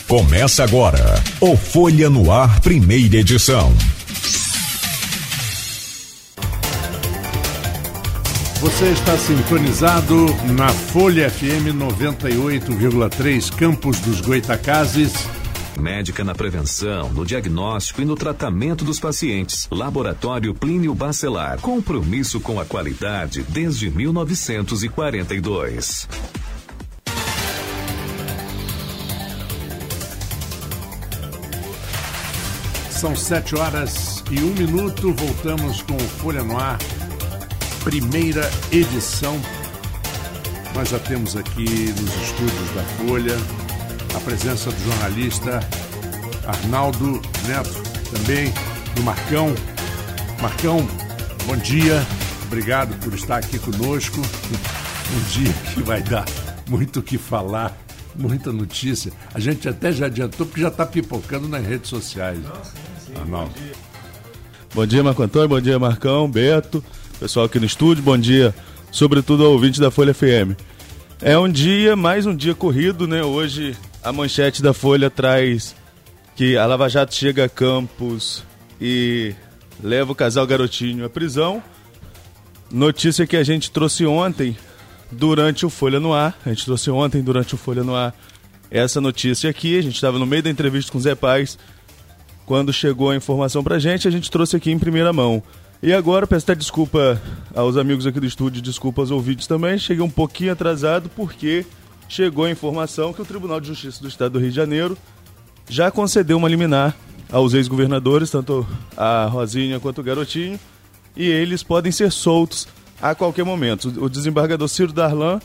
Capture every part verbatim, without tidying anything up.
Começa agora o Folha no Ar, primeira edição. Você está sintonizado na Folha F M noventa e oito vírgula três, Campos dos Goitacazes. Médica na prevenção, no diagnóstico e no tratamento dos pacientes. Laboratório Plínio Bacelar. Compromisso com a qualidade desde mil novecentos e quarenta e dois. São sete horas e um minuto. Voltamos com o Folha no Ar, primeira edição. Nós já temos aqui nos estúdios da Folha a presença do jornalista Arnaldo Neto, também do Marcão. Marcão, bom dia, obrigado por estar aqui conosco. Um dia que vai dar muito o que falar, muita notícia. A gente até já adiantou, porque já está pipocando nas redes sociais. Nossa, sim, Arnaldo. Bom dia. Bom dia, Marco Antônio, bom dia, Marcão, Beto, pessoal aqui no estúdio, bom dia, sobretudo ao ouvinte da Folha F M. É um dia, mais um dia corrido, né? Hoje a manchete da Folha traz que a Lava Jato chega a Campos e leva o casal Garotinho à prisão. Notícia que a gente trouxe ontem durante o Folha no Ar. A gente trouxe ontem durante o Folha no Ar essa notícia aqui. A gente estava no meio da entrevista com o Zé Paz. Quando chegou a informação pra gente, a gente trouxe aqui em primeira mão. E agora, peço até desculpa aos amigos aqui do estúdio, desculpa aos ouvintes também. Cheguei um pouquinho atrasado porque chegou a informação que o Tribunal de Justiça do Estado do Rio de Janeiro já concedeu uma liminar aos ex-governadores, tanto a Rosinha quanto o Garotinho, e eles podem ser soltos a qualquer momento. O desembargador Ciro Darlan,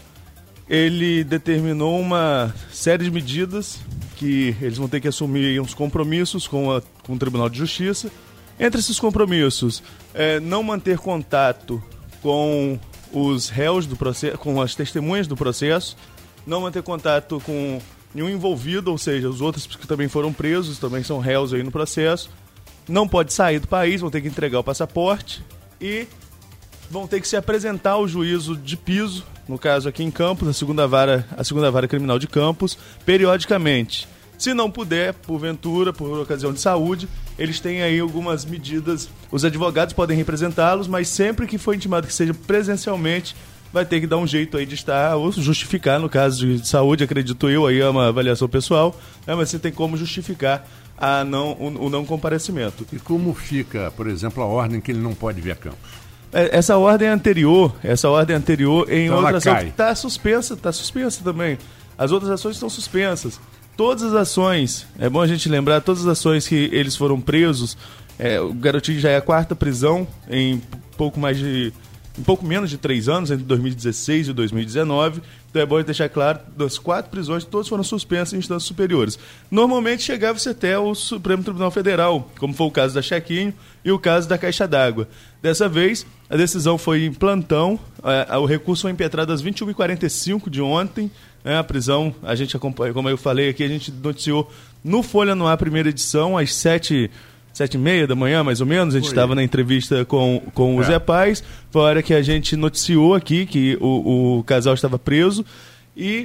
ele determinou uma série de medidas que eles vão ter que assumir uns compromissos com, a, com o Tribunal de Justiça. Entre esses compromissos, é, não manter contato com os réus do processo, com as testemunhas do processo, não manter contato com nenhum envolvido, ou seja, os outros que também foram presos, também são réus aí no processo, não pode sair do país, vão ter que entregar o passaporte e vão ter que se apresentar ao juízo de piso, no caso aqui em Campos, a segunda vara, a segunda vara criminal de Campos, periodicamente. Se não puder, porventura, por ocasião de saúde, eles têm aí algumas medidas. Os advogados podem representá-los, mas sempre que for intimado que seja presencialmente, vai ter que dar um jeito aí de estar, ou justificar, no caso de saúde, acredito eu, aí é uma avaliação pessoal, né, mas você tem como justificar a não, o, o não comparecimento. E como fica, por exemplo, a ordem que ele não pode vir a Campos? Essa ordem anterior, essa ordem anterior em então outra ação cai. está suspensa, está suspensa também. As outras ações estão suspensas. Todas as ações, é bom a gente lembrar, todas as ações que eles foram presos, é, o Garotinho já é a quarta prisão em pouco mais de, em pouco menos de três anos, entre dois mil e dezesseis e dois mil e dezenove. Então é bom deixar claro, das quatro prisões, todas foram suspensas em instâncias superiores. Normalmente chegava-se até o Supremo Tribunal Federal, como foi o caso da Chequinho e o caso da Caixa d'Água. Dessa vez, a decisão foi em plantão, é, o recurso foi impetrado às vinte e uma e quarenta e cinco de ontem. É, a prisão, a gente acompanha, como eu falei aqui, a gente noticiou no Folha no Ar, primeira edição, às sete, sete e meia da manhã, mais ou menos. A gente estava na entrevista com, com o é. Zé Paz. Foi a hora que a gente noticiou aqui que o, o casal estava preso. E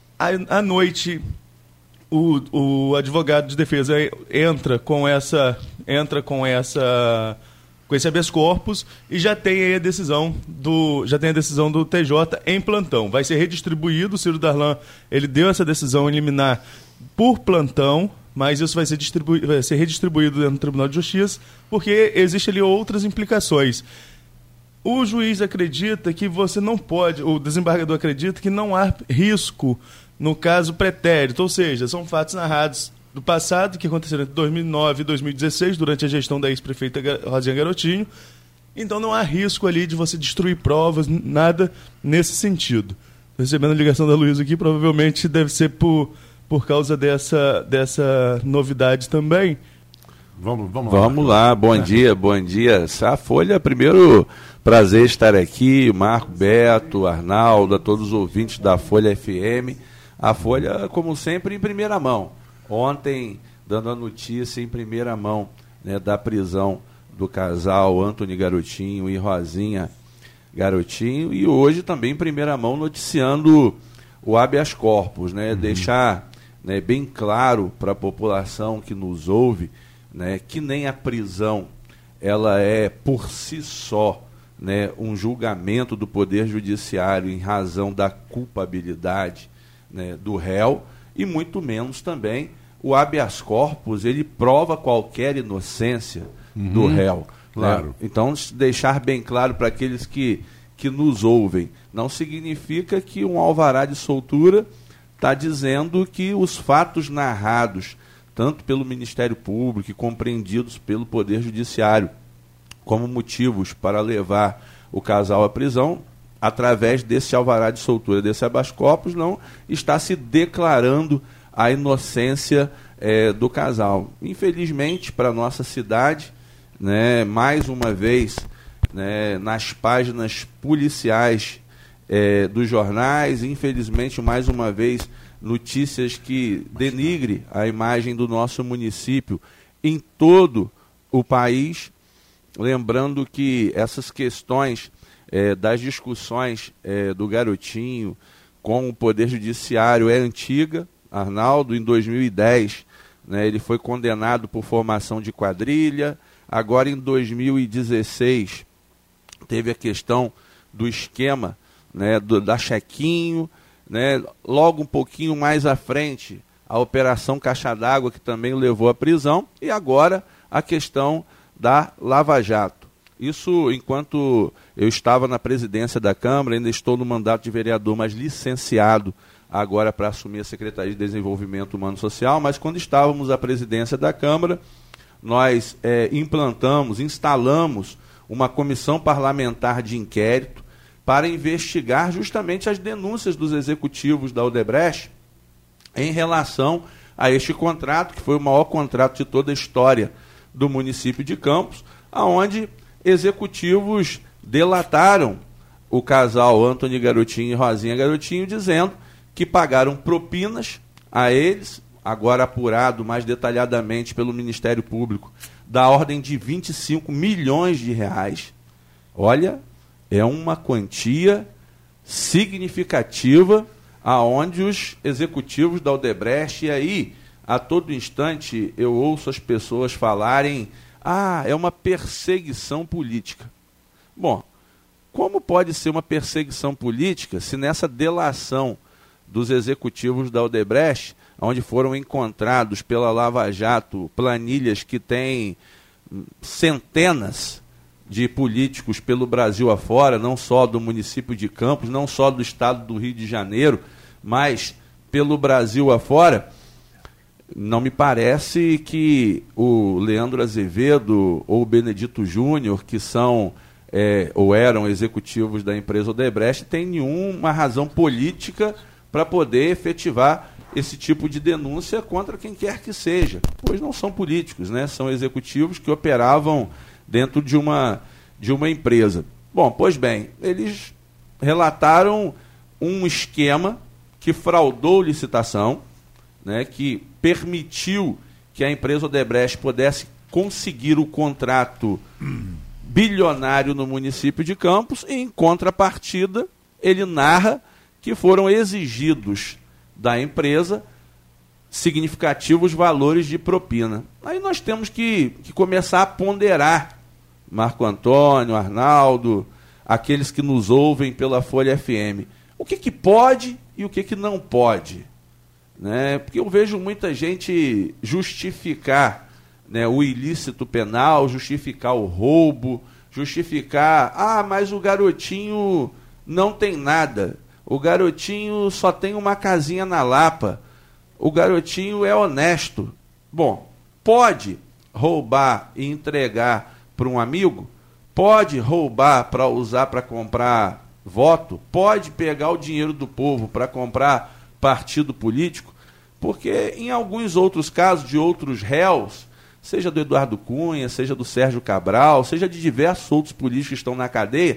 à noite, o, o advogado de defesa entra com essa... Entra com essa com esse habeas corpus e já tem aí a decisão do já tem a decisão do T J em plantão. Vai ser redistribuído, o Ciro Darlan, ele deu essa decisão liminar por plantão, mas isso vai ser, distribu- vai ser redistribuído dentro do Tribunal de Justiça, porque existem ali outras implicações. O juiz acredita que você não pode, o desembargador acredita que não há risco no caso pretérito, ou seja, são fatos narrados do passado, que aconteceram entre dois mil e nove e dois mil e dezesseis, durante a gestão da ex-prefeita Rosinha Garotinho. Então não há risco ali de você destruir provas, nada nesse sentido. Estou recebendo a ligação da Luísa aqui, provavelmente deve ser por, por causa dessa, dessa novidade também. Vamos, vamos lá. Vamos lá, bom dia, bom dia. A Folha, primeiro prazer estar aqui, Marco, Beto, Arnaldo, a todos os ouvintes da Folha F M. A Folha, como sempre, em primeira mão. Ontem, dando a notícia em primeira mão, né, da prisão do casal Antony Garotinho e Rosinha Garotinho, e hoje também em primeira mão noticiando o habeas corpus, né, uhum. deixar né, bem claro para a população que nos ouve, né, que nem a prisão ela é por si só, né, um julgamento do Poder Judiciário em razão da culpabilidade, né, do réu, e muito menos também o habeas corpus, ele prova qualquer inocência uhum, do réu. Claro. Né? Então, deixar bem claro para aqueles que, que nos ouvem, não significa que um alvará de soltura está dizendo que os fatos narrados, tanto pelo Ministério Público e compreendidos pelo Poder Judiciário, como motivos para levar o casal à prisão, através desse alvará de soltura, desse habeas corpus, não está se declarando a inocência é, do casal. Infelizmente, para a nossa cidade, né, mais uma vez, né, nas páginas policiais é, dos jornais, infelizmente, mais uma vez, notícias que denigre a imagem do nosso município em todo o país, lembrando que essas questões é, das discussões é, do garotinho com o Poder Judiciário é antiga. Arnaldo, em dois mil e dez, né, ele foi condenado por formação de quadrilha. Agora, em dois mil e dezesseis, teve a questão do esquema, né, do, da chequinho, né, logo um pouquinho mais à frente, a Operação Caixa d'Água, que também levou à prisão, e agora a questão da Lava Jato. Isso enquanto eu estava na presidência da Câmara, ainda estou no mandato de vereador, mas licenciado agora para assumir a Secretaria de Desenvolvimento Humano e Social, mas quando estávamos à presidência da Câmara, nós é, implantamos, instalamos uma comissão parlamentar de inquérito para investigar justamente as denúncias dos executivos da Odebrecht em relação a este contrato, que foi o maior contrato de toda a história do município de Campos, aonde executivos delataram o casal Antony Garotinho e Rosinha Garotinho, dizendo que pagaram propinas a eles, agora apurado mais detalhadamente pelo Ministério Público, da ordem de vinte e cinco milhões de reais. Olha, é uma quantia significativa aonde os executivos da Odebrecht, e aí, a todo instante, eu ouço as pessoas falarem, ah, é uma perseguição política. Bom, como pode ser uma perseguição política se nessa delação dos executivos da Odebrecht, onde foram encontrados pela Lava Jato planilhas que têm centenas de políticos pelo Brasil afora, não só do município de Campos, não só do estado do Rio de Janeiro, mas pelo Brasil afora, não me parece que o Leandro Azevedo ou o Benedito Júnior, que são é, ou eram executivos da empresa Odebrecht, têm nenhuma razão política para poder efetivar esse tipo de denúncia contra quem quer que seja, pois não são políticos, né? São executivos que operavam dentro de uma, de uma empresa. Bom, pois bem, eles relataram um esquema que fraudou licitação, né, que permitiu que a empresa Odebrecht pudesse conseguir o contrato bilionário no município de Campos, e em contrapartida ele narra que foram exigidos da empresa significativos valores de propina. Aí nós temos que, que começar a ponderar, Marco Antônio, Arnaldo, aqueles que nos ouvem pela Folha F M, o que, que pode e o que, que não pode. Né? Porque eu vejo muita gente justificar, né, o ilícito penal, justificar o roubo, justificar, ah, mas o garotinho não tem nada. O garotinho só tem uma casinha na Lapa. O garotinho é honesto. Bom, pode roubar e entregar para um amigo? Pode roubar para usar para comprar voto? Pode pegar o dinheiro do povo para comprar partido político? Porque em alguns outros casos de outros réus, seja do Eduardo Cunha, seja do Sérgio Cabral, seja de diversos outros políticos que estão na cadeia,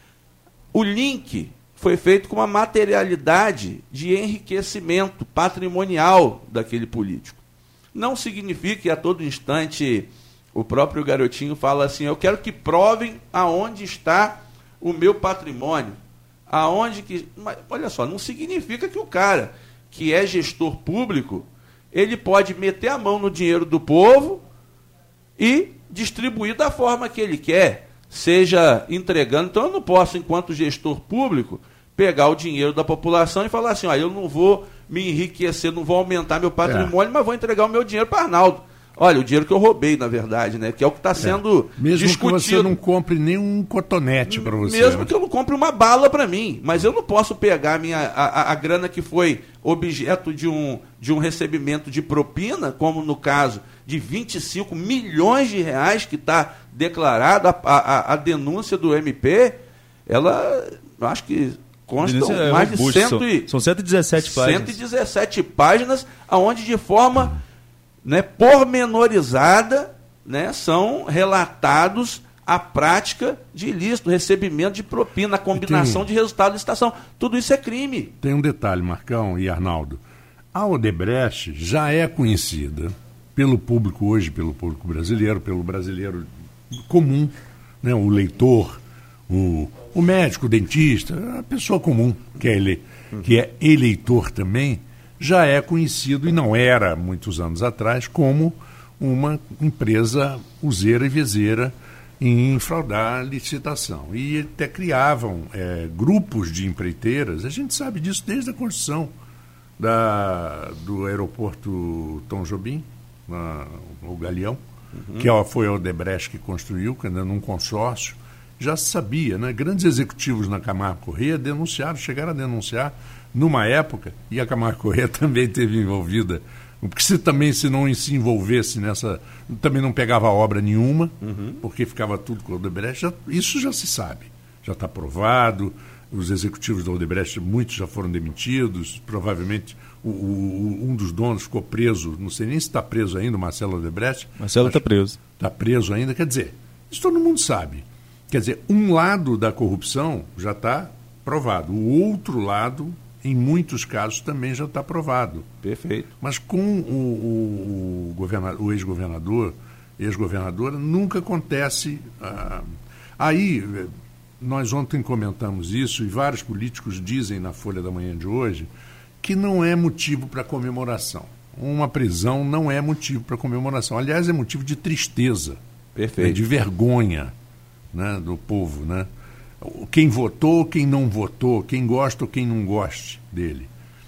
o link foi feito com uma materialidade de enriquecimento patrimonial daquele político. Não significa que a todo instante o próprio garotinho fala assim, eu quero que provem aonde está o meu patrimônio. Aonde que... Mas, olha só, não significa que o cara que é gestor público ele pode meter a mão no dinheiro do povo e distribuir da forma que ele quer, seja entregando. Então eu não posso, enquanto gestor público, pegar o dinheiro da população e falar assim, ó, eu não vou me enriquecer, não vou aumentar meu patrimônio, é. mas vou entregar o meu dinheiro para Arnaldo. Olha, o dinheiro que eu roubei, na verdade, né? Que é o que está sendo é. Mesmo discutido. Mesmo que você não compre nem um cotonete para você. Mesmo né? que eu não compre uma bala para mim. Mas eu não posso pegar a, minha, a, a, a grana que foi objeto de um, de um recebimento de propina, como no caso de vinte e cinco milhões de reais que está declarado, a, a, a denúncia do M P, ela, eu acho que constam é mais de robusto, cento e, são cento e dezessete páginas. cento e dezessete páginas, onde de forma... Né, pormenorizada, né, são relatados a prática de ilícito, recebimento de propina, a combinação tem, de resultado de licitação. Tudo isso é crime. Tem um detalhe, Marcão e Arnaldo. A Odebrecht já é conhecida pelo público hoje, pelo público brasileiro, pelo brasileiro comum, né, o leitor, o, o médico, o dentista, a pessoa comum, que é, ele, que é eleitor também, já é conhecido, e não era muitos anos atrás, como uma empresa useira e vezeira em fraudar a licitação. E até criavam é, grupos de empreiteiras, a gente sabe disso desde a construção da, do aeroporto Tom Jobim, na, o Galeão, uhum. que foi a Odebrecht que construiu, que ainda num consórcio. Já se sabia, né? Grandes executivos na Camargo Corrêa denunciaram, chegaram a denunciar numa época, e a Camargo Corrêa também esteve envolvida, porque se também se não se envolvesse nessa, também não pegava obra nenhuma, uhum. porque ficava tudo com a Odebrecht, já, isso já se sabe, já está provado, os executivos da Odebrecht, muitos já foram demitidos, provavelmente o, o, um dos donos ficou preso, não sei nem se está preso ainda, o Marcelo Odebrecht. Marcelo está preso. Está preso ainda, quer dizer, isso todo mundo sabe. Quer dizer, um lado da corrupção já está provado, o outro lado, em muitos casos, também já está provado. Perfeito. Mas com o, o, o, governador, o ex-governador, ex-governadora, nunca acontece. Ah, aí, nós ontem comentamos isso, e vários políticos dizem na Folha da Manhã de hoje, que não é motivo para comemoração. Uma prisão não é motivo para comemoração. Aliás, é motivo de tristeza. Perfeito. Né, de vergonha. Né, do povo, né? Quem votou, quem não votou, quem gosta ou quem não goste dele.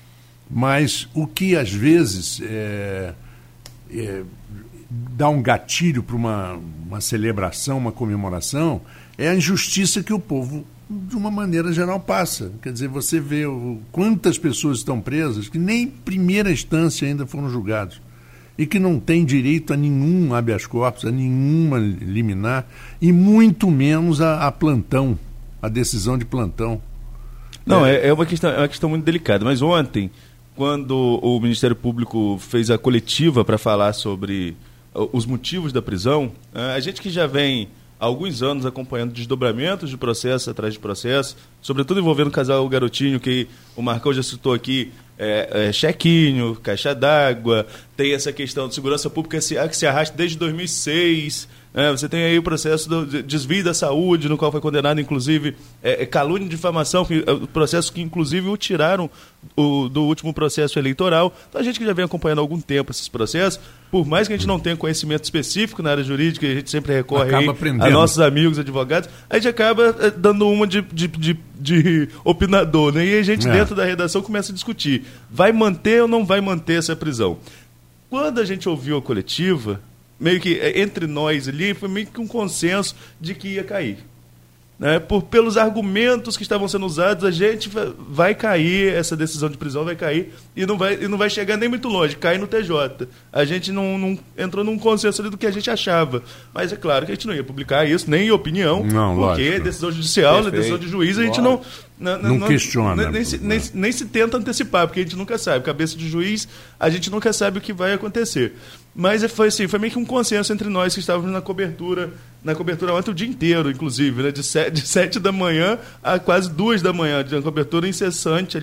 Mas o que às vezes é, é, dá um gatilho para uma, uma celebração, uma comemoração, é a injustiça que o povo, de uma maneira geral, passa. Quer dizer, você vê o, quantas pessoas estão presas que nem em primeira instância ainda foram julgados. E que não tem direito a nenhum habeas corpus, a nenhuma liminar, e muito menos a, a plantão, a decisão de plantão. Não, é, é, uma questão, é uma questão muito delicada. Mas ontem, quando o Ministério Público fez a coletiva para falar sobre os motivos da prisão, a gente que já vem há alguns anos acompanhando desdobramentos de processo atrás de processo, sobretudo envolvendo o casal Garotinho, que o Marcão já citou aqui, é, é, chequinho, caixa d'água, tem essa questão de segurança pública que se, que se arrasta desde dois mil e seis, né? Você tem aí o processo do de desvio da saúde, no qual foi condenado, inclusive, é, é, calúnia e difamação, que, é, processo que, inclusive, o tiraram o, do último processo eleitoral. Então, a gente que já vem acompanhando há algum tempo esses processos, por mais que a gente não tenha conhecimento específico na área jurídica, a gente sempre recorre aí a nossos amigos advogados, a gente acaba é, dando uma de, de, de, de opinador, né? E a gente, é. dentro da redação, começa a discutir, vai manter ou não vai manter essa prisão? Quando a gente ouviu a coletiva, meio que entre nós ali, foi meio que um consenso de que ia cair. Né? Por, pelos argumentos que estavam sendo usados, a gente vai cair, essa decisão de prisão vai cair e não vai, e não vai chegar nem muito longe, cai no T J. A gente não, não entrou num consenso ali do que a gente achava. Mas é claro que a gente não ia publicar isso, nem em opinião, não, porque lógico. Decisão judicial, decisão de juiz, a gente não... Não, não, não questiona. Nem, nem, nem, nem se tenta antecipar, porque a gente nunca sabe. Cabeça de juiz, a gente nunca sabe o que vai acontecer. Mas foi assim, foi meio que um consenso entre nós que estávamos na cobertura, na cobertura ontem o dia inteiro, inclusive, né? de, sete, de sete da manhã a quase duas da manhã, de uma cobertura incessante ali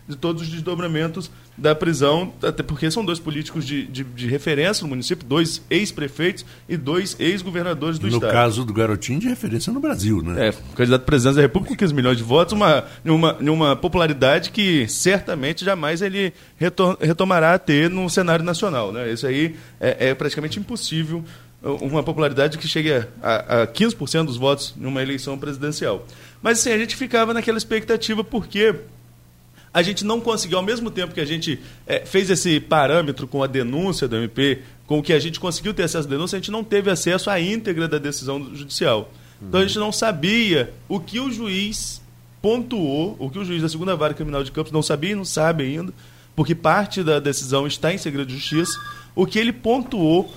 de todos os desdobramentos da prisão, até porque são dois políticos de, de, de referência no município, dois ex-prefeitos e dois ex-governadores do no estado. No caso do Garotinho, de referência no Brasil, né? É, candidato à presidência da República com quinze milhões de votos, uma, uma, uma popularidade que certamente jamais ele retor, retomará a ter no cenário nacional, né? Isso aí é, é praticamente impossível, uma popularidade que chegue a, a quinze por cento dos votos numa eleição presidencial. Mas assim, a gente ficava naquela expectativa porque a gente não conseguiu, ao mesmo tempo que a gente é, fez esse parâmetro com a denúncia do M P, com o que a gente conseguiu ter acesso à denúncia, a gente não teve acesso à íntegra da decisão judicial. Uhum. Então a gente não sabia o que o juiz pontuou, o que o juiz da segunda vara criminal de Campos não sabia e não sabe ainda, porque parte da decisão está em segredo de justiça, o que ele pontuou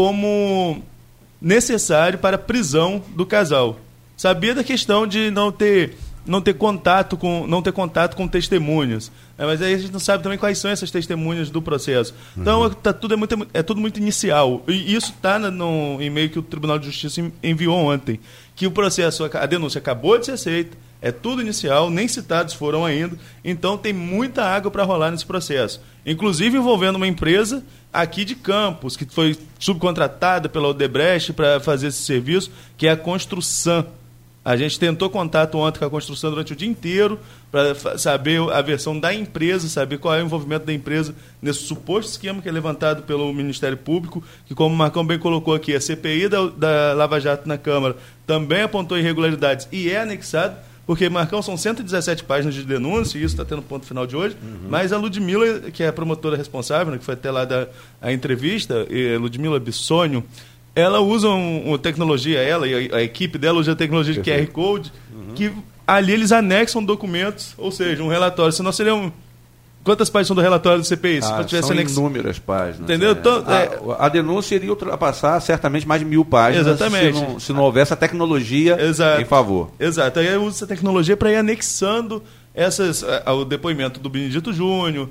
como necessário para a prisão do casal. Sabia da questão de não ter, não ter contato com, não ter contato com testemunhas, é, mas aí a gente não sabe também quais são essas testemunhas do processo. Então uhum. tá, tudo é, muito, é tudo muito inicial. E isso está no e-mail que o Tribunal de Justiça enviou ontem, que o processo, a denúncia acabou de ser aceita, é tudo inicial, nem citados foram ainda, então tem muita água para rolar nesse processo. Inclusive envolvendo uma empresa aqui de Campos, que foi subcontratada pela Odebrecht para fazer esse serviço, que é a Construção. A gente tentou contato ontem com a Construção durante o dia inteiro para saber a versão da empresa, saber qual é o envolvimento da empresa nesse suposto esquema que é levantado pelo Ministério Público, que, como o Marcão bem colocou aqui, a C P I da, da Lava Jato na Câmara também apontou irregularidades e é anexado, porque, Marcão, são cento e dezessete páginas de denúncia, e isso está tendo ponto final de hoje, uhum. mas a Ludmila, que é a promotora responsável, né, que foi até lá da a entrevista, e Ludmila Bissônio, ela usa uma um, tecnologia, ela e a, a equipe dela usa a tecnologia de Q R Code, uhum. que ali eles anexam documentos, ou seja, um relatório, senão seria um... Quantas páginas são do relatório do C P I? Se ah, são anex... inúmeras páginas. Entendeu? É. Então, é... a, a denúncia iria ultrapassar certamente mais de mil páginas. Exatamente. Se não, se não houvesse a tecnologia Exato. Em favor. Exato. Aí eu uso essa tecnologia para ir anexando essas, o depoimento do Benedito Júnior,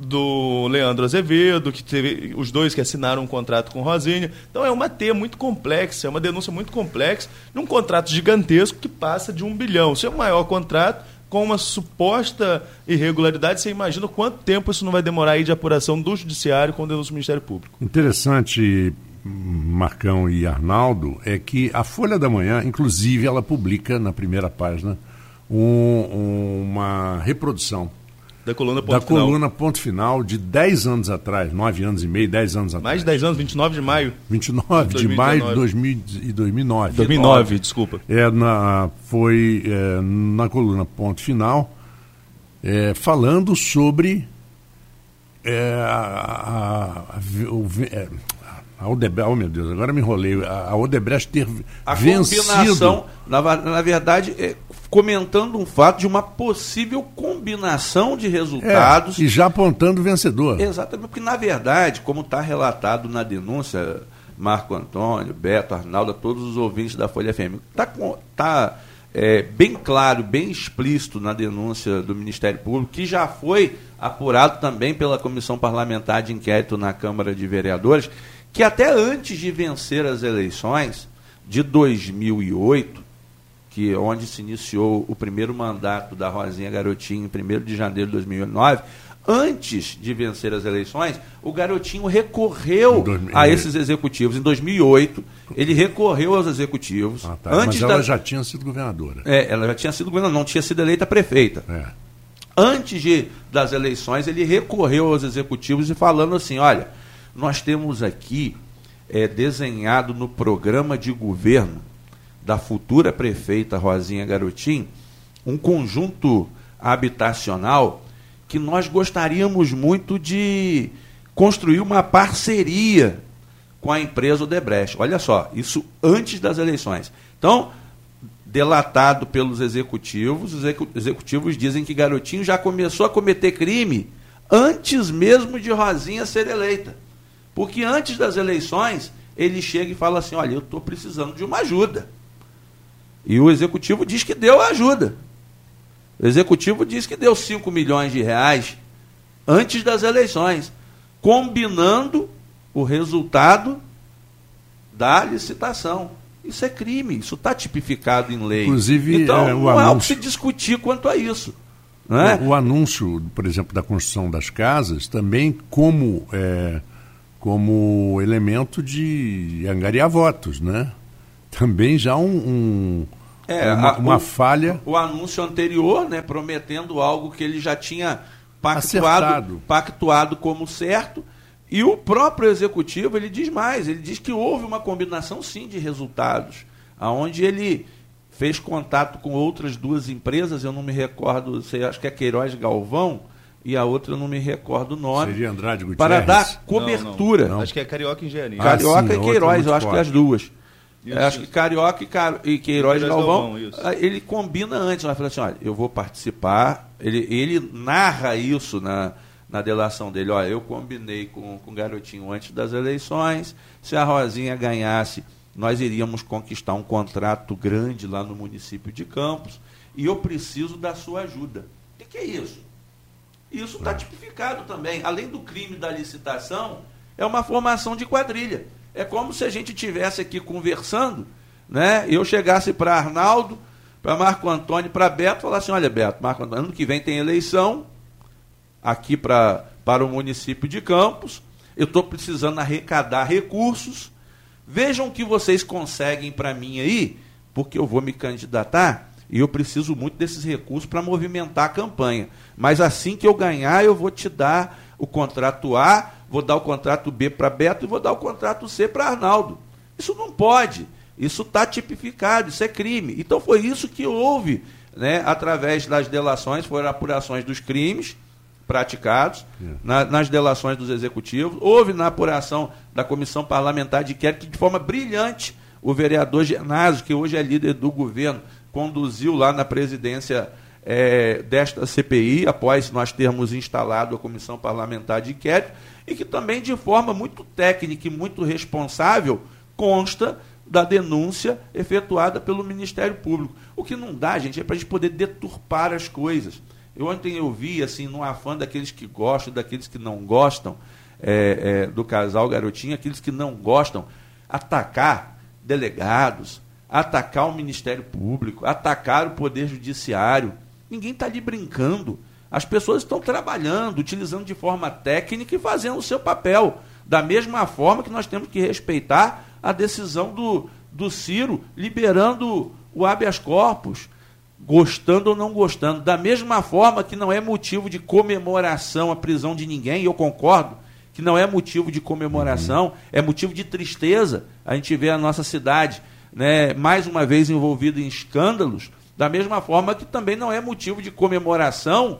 do Leandro Azevedo, que teve os dois que assinaram um contrato com Rosinha. Então é uma teia muito complexa, é uma denúncia muito complexa, num contrato gigantesco que passa de um bilhão. Se é o maior contrato, com uma suposta irregularidade, você imagina quanto tempo isso não vai demorar aí de apuração do Judiciário com o denúncia do Ministério Público. Interessante, Marcão e Arnaldo, é que a Folha da Manhã, inclusive, ela publica na primeira página um, uma reprodução da coluna Ponto da Final. coluna Ponto Final de dez anos atrás, nove anos e meio, dez anos atrás. Mais de dez anos, vinte e nove de maio. vinte e nove de maio de dois mil e dois mil e nove. dois mil e nove, desculpa. É, na, foi é, na coluna Ponto Final, é, falando sobre é, a, a, o, é, a Odebrecht, oh meu Deus, agora me enrolei, a, a Odebrecht ter a vencido... combinação, na, na verdade, é, comentando um fato de uma possível combinação de resultados. É, e já apontando o vencedor. Exatamente, porque na verdade, como está relatado na denúncia, Marco Antônio, Beto, Arnaldo, todos os ouvintes da Folha F M, está tá, é, bem claro, bem explícito na denúncia do Ministério Público, que já foi apurado também pela Comissão Parlamentar de Inquérito na Câmara de Vereadores, que até antes de vencer as eleições de dois mil e oito, que onde se iniciou o primeiro mandato da Rosinha Garotinho, em primeiro de janeiro de dois mil e nove, antes de vencer as eleições, o Garotinho recorreu dois mil... a esses executivos. Em dois mil e oito, ele recorreu aos executivos. Ah, tá. Antes Mas ela da... já tinha sido governadora. É, ela já tinha sido governadora, não tinha sido eleita prefeita. É. Antes de, das eleições, ele recorreu aos executivos e falando assim, olha, nós temos aqui é, desenhado no programa de governo da futura prefeita Rosinha Garotinho, um conjunto habitacional que nós gostaríamos muito de construir uma parceria com a empresa Odebrecht. Olha só, isso antes das eleições. Então, delatado pelos executivos, os executivos dizem que Garotinho já começou a cometer crime antes mesmo de Rosinha ser eleita. Porque antes das eleições, ele chega e fala assim, olha, eu estou precisando de uma ajuda. E o executivo diz que deu a ajuda. O executivo diz que deu cinco milhões de reais antes das eleições, combinando o resultado da licitação. Isso é crime, isso está tipificado em lei. Inclusive, então, é, o não há o que anúncio... se discutir quanto a isso. Não é? o, o anúncio, por exemplo, da construção das casas, também como, é, como elemento de angariar votos, né? Também já um, um, é, uma, a, uma o, falha. O anúncio anterior, né, prometendo algo que ele já tinha pactuado, Acertado. pactuado como certo. E o próprio executivo, ele diz mais, ele diz que houve uma combinação, sim, de resultados, onde ele fez contato com outras duas empresas, eu não me recordo, sei, acho que é Queiroz Galvão, e a outra eu não me recordo o nome. Seria Andrade Gutierrez? Para dar cobertura. Não, não. Acho que é Carioca Engenharia. Ah, Carioca sim, e Queiroz, eu acho forte. que as duas. Isso, acho isso. que Carioca e, Car... e Queiroz, Queiroz Galvão, Galvão, ele combina antes, vai falar assim, olha, eu vou participar, ele, ele narra isso na, na delação dele, olha, eu combinei com, com o Garotinho antes das eleições, se a Rosinha ganhasse, nós iríamos conquistar um contrato grande lá no município de Campos, e eu preciso da sua ajuda. O que, que é isso? Isso está tipificado também, além do crime da licitação, é uma formação de quadrilha. É como se a gente estivesse aqui conversando, né? Eu chegasse para Arnaldo, para Marco Antônio, para Beto, e falasse assim, olha, Beto, Marco Antônio, ano que vem tem eleição aqui pra, para o município de Campos, eu estou precisando arrecadar recursos, vejam o que vocês conseguem para mim aí, porque eu vou me candidatar e eu preciso muito desses recursos para movimentar a campanha. Mas assim que eu ganhar, eu vou te dar o contrato A, vou dar o contrato B para Beto e vou dar o contrato C para Arnaldo. Isso não pode. Isso está tipificado, isso é crime. Então foi isso que houve, né, através das delações, foram apurações dos crimes praticados, yeah. na, nas delações dos executivos, houve na apuração da Comissão Parlamentar de Inquérito, que de forma brilhante o vereador Genásio, que hoje é líder do governo, conduziu lá na presidência é, desta C P I, após nós termos instalado a Comissão Parlamentar de Inquérito, e que também de forma muito técnica e muito responsável consta da denúncia efetuada pelo Ministério Público. O que não dá, gente, é para a gente poder deturpar as coisas. Eu ontem eu vi, assim, num afã daqueles que gostam, daqueles que não gostam, é, é, do casal Garotinho, aqueles que não gostam, atacar delegados, atacar o Ministério Público, atacar o Poder Judiciário. Ninguém está ali brincando. As pessoas estão trabalhando, utilizando de forma técnica e fazendo o seu papel. Da mesma forma que nós temos que respeitar a decisão do, do Ciro, liberando o habeas corpus, gostando ou não gostando. Da mesma forma que não é motivo de comemoração a prisão de ninguém, e eu concordo que não é motivo de comemoração, uhum. é motivo de tristeza. A gente vê a nossa cidade, né, mais uma vez envolvida em escândalos, da mesma forma que também não é motivo de comemoração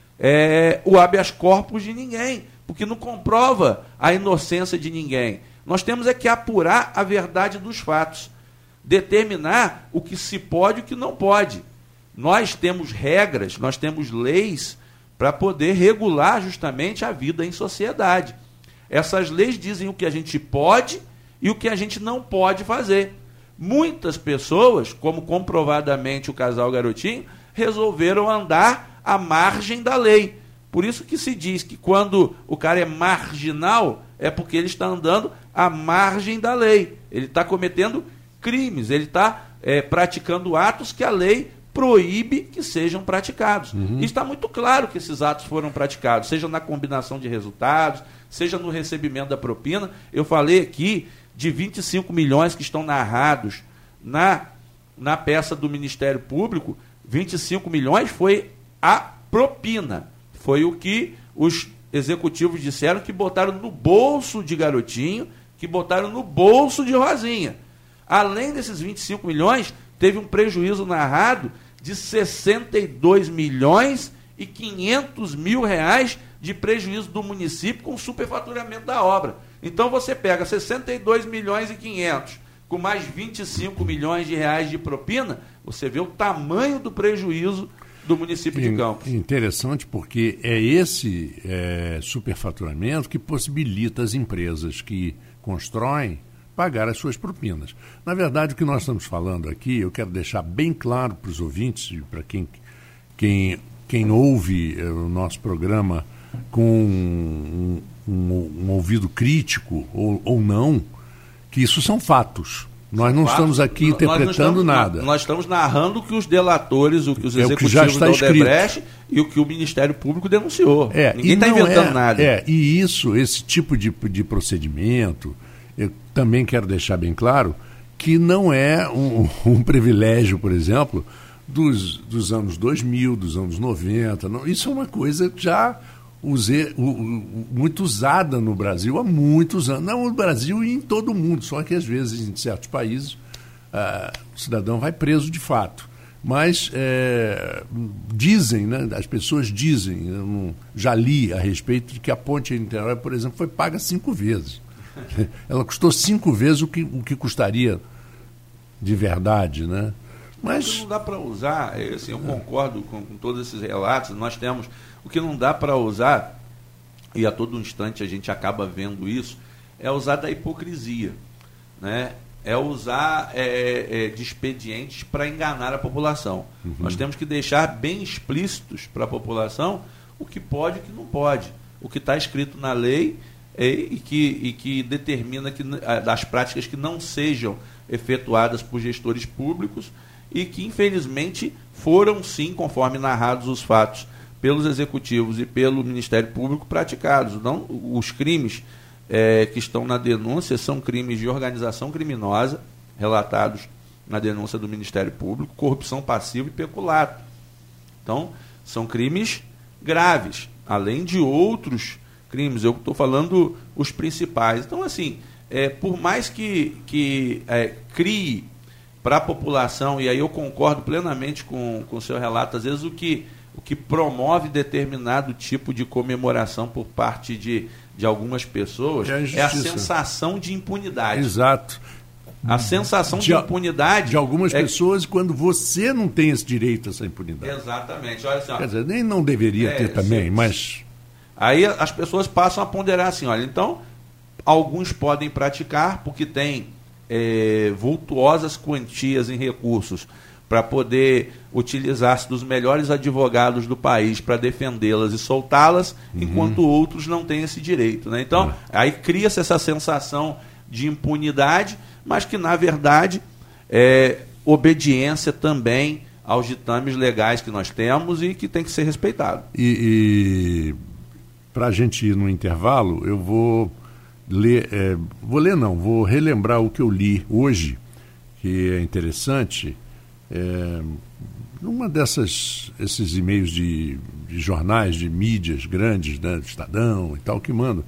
é, o habeas corpus de ninguém, porque não comprova a inocência de ninguém. Nós temos é que apurar a verdade dos fatos, determinar o que se pode e o que não pode. Nós temos regras, nós temos leis para poder regular justamente a vida em sociedade. Essas leis dizem o que a gente pode e o que a gente não pode fazer. Muitas pessoas, como comprovadamente o casal Garotinho, resolveram andar à margem da lei. Por isso que se diz que quando o cara é marginal, é porque ele está andando à margem da lei. Ele está cometendo crimes, ele está é, praticando atos que a lei proíbe que sejam praticados. Uhum. E está muito claro que esses atos foram praticados, seja na combinação de resultados, seja no recebimento da propina. Eu falei aqui de vinte e cinco milhões que estão narrados na, na peça do Ministério Público, vinte e cinco milhões foi a propina. Foi o que os executivos disseram que botaram no bolso de Garotinho, que botaram no bolso de Rosinha. Além desses vinte e cinco milhões, teve um prejuízo narrado de sessenta e dois milhões e quinhentos mil reais de prejuízo do município com superfaturamento da obra. Então você pega sessenta e dois milhões e quinhentos com mais vinte e cinco milhões de reais de propina, você vê o tamanho do prejuízo do município de Campos. Interessante, porque é esse é, superfaturamento que possibilita as empresas que constroem pagar as suas propinas. Na verdade, o que nós estamos falando aqui, eu quero deixar bem claro para os ouvintes e para quem, quem, quem ouve é, o nosso programa com um, um, um ouvido crítico ou, ou não, que isso são fatos. Nós não fatos, estamos aqui interpretando estamos, nada. Nós, nós estamos narrando o que os delatores, o que os é executivos o que já está da escrito. Odebrecht e o que o Ministério Público denunciou. É, Ninguém está inventando é, nada. É, e isso, esse tipo de, de procedimento, eu também quero deixar bem claro que não é um, um privilégio, por exemplo, dos, dos anos dois mil, dos anos noventa. Não, isso é uma coisa já use, u, u, muito usada no Brasil há muitos anos. Não no Brasil e em todo o mundo, só que às vezes em certos países ah, o cidadão vai preso de fato. Mas é, dizem, né, as pessoas dizem, eu não, já li a respeito de que a ponte em Niterói, por exemplo, foi paga cinco vezes. Ela custou cinco vezes o que, o que custaria de verdade, né? Mas não dá para usar, assim, eu concordo com, com todos esses relatos, nós temos, o que não dá para usar, e a todo instante a gente acaba vendo isso, é usar da hipocrisia, né? É usar é, é, de expedientes para enganar a população. Uhum. Nós temos que deixar bem explícitos para a população o que pode e o que não pode, o que está escrito na lei é, e, que, e que determina que, das práticas que não sejam efetuadas por gestores públicos e que, infelizmente, foram, sim, conforme narrados os fatos pelos executivos e pelo Ministério Público, praticados. Não, os crimes é, que estão na denúncia são crimes de organização criminosa, relatados na denúncia do Ministério Público, corrupção passiva e peculato. Então, são crimes graves, além de outros crimes. Eu estou falando os principais. Então, assim, é, por mais que, que é, crie para a população, e aí eu concordo plenamente com o seu relato, às vezes o que, o que promove determinado tipo de comemoração por parte de, de algumas pessoas é a, é a sensação de impunidade. Exato. A sensação de, de impunidade... De algumas é... pessoas quando você não tem esse direito a essa impunidade. Exatamente. Olha assim, ó, quer dizer, nem não deveria é, ter também, sim, mas... Aí as pessoas passam a ponderar assim, olha, então, alguns podem praticar porque têm é, vultuosas quantias em recursos para poder utilizar-se dos melhores advogados do país para defendê-las e soltá-las, uhum. enquanto outros não têm esse direito, né? Então, uhum. aí cria-se essa sensação de impunidade, mas que, na verdade, é obediência também aos ditames legais que nós temos e que tem que ser respeitado. E, e para a gente ir no intervalo, eu vou ler, é, vou ler não, vou relembrar o que eu li hoje, que é interessante, é, numa dessas, esses e-mails de, de jornais, de mídias grandes, né, do Estadão e tal, que mandam.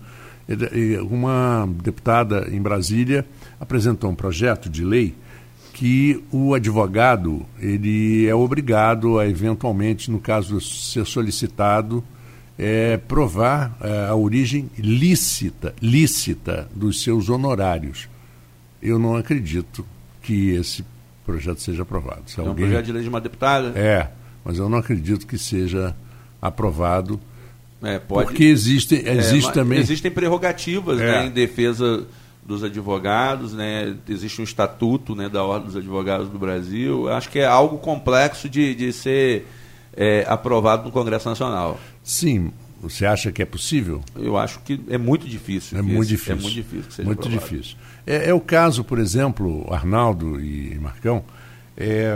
Uma deputada em Brasília apresentou um projeto de lei que o advogado ele é obrigado a, eventualmente, no caso de ser solicitado, é, provar é, a origem lícita, lícita dos seus honorários. Eu não acredito que esse projeto seja aprovado. Se é um alguém... projeto de lei de uma deputada? É, mas eu não acredito que seja aprovado. É, pode, porque existe, existe é, também... Existem prerrogativas é. né, em defesa dos advogados, né, existe um estatuto, né, da Ordem dos Advogados do Brasil. Acho que é algo complexo de, de ser é, aprovado no Congresso Nacional. Sim. Você acha que é possível? Eu acho que é muito difícil. É muito esse, difícil. É muito difícil que seja muito aprovado. difícil. É, é o caso, por exemplo, Arnaldo e Marcão, é,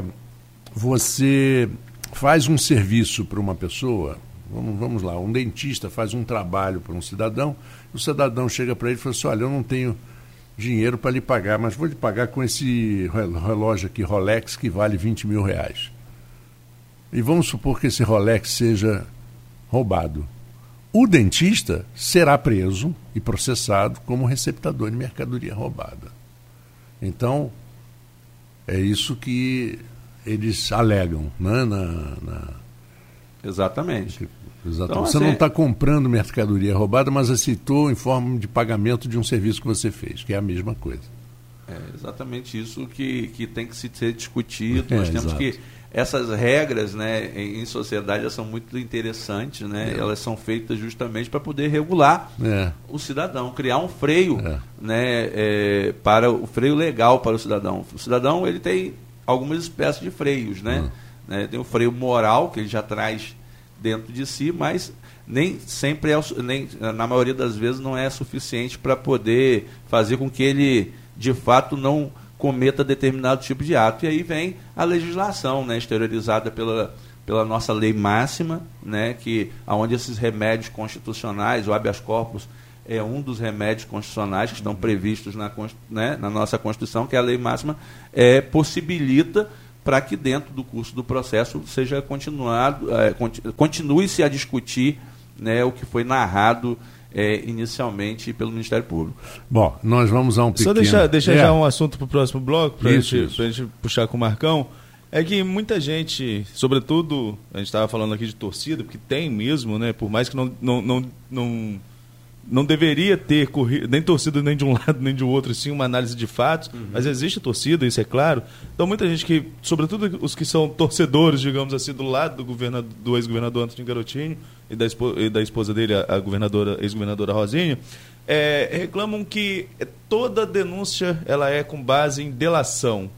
você faz um serviço para uma pessoa... Vamos, vamos lá, um dentista faz um trabalho para um cidadão, o cidadão chega para ele e fala assim, olha, eu não tenho dinheiro para lhe pagar, mas vou lhe pagar com esse relógio aqui, Rolex, que vale vinte mil reais. E vamos supor que esse Rolex seja roubado. O dentista será preso e processado como receptador de mercadoria roubada. Então, é isso que eles alegam, né, na... na Exatamente. Exatamente. Então, você assim, não está comprando mercadoria roubada, mas aceitou em forma de pagamento de um serviço que você fez, que é a mesma coisa. É exatamente isso que, que tem que se ser discutido. É, Nós temos exato. que... Essas regras, né, em, em sociedade elas são muito interessantes, né? É. Elas são feitas justamente para poder regular é. o cidadão, criar um freio, é. né, é, para o freio legal para o cidadão. O cidadão ele tem algumas espécies de freios, né? Hum. né? Tem o freio moral que ele já traz dentro de si, mas nem sempre é, nem, na maioria das vezes não é suficiente para poder fazer com que ele de fato não cometa determinado tipo de ato. E aí vem a legislação, né, exteriorizada pela, pela nossa lei máxima, né, que, onde esses remédios constitucionais, o habeas corpus é um dos remédios constitucionais que estão previstos na, né, na nossa Constituição, que é a lei máxima, é, possibilita para que dentro do curso do processo seja continuado, é, continue-se a discutir, né, o que foi narrado é, inicialmente pelo Ministério Público. Bom, nós vamos a um pequeno... Só deixar, deixar é. já um assunto para o próximo bloco, para a gente, isso. gente puxar com o Marcão. É que muita gente, sobretudo, a gente estava falando aqui de torcida, porque tem mesmo, né? Por mais que não, não, não, não, não deveria ter corrido, nem torcida nem de um lado nem de outro, sim uma análise de fatos, uhum. mas existe torcida, isso é claro. Então muita gente que, sobretudo os que são torcedores, digamos assim, do lado do, governador, do ex-governador Antônio Garotinho e da, esposa, e da esposa dele, a, a governadora, ex-governadora Rosinha, é, reclamam que toda denúncia ela é com base em delação.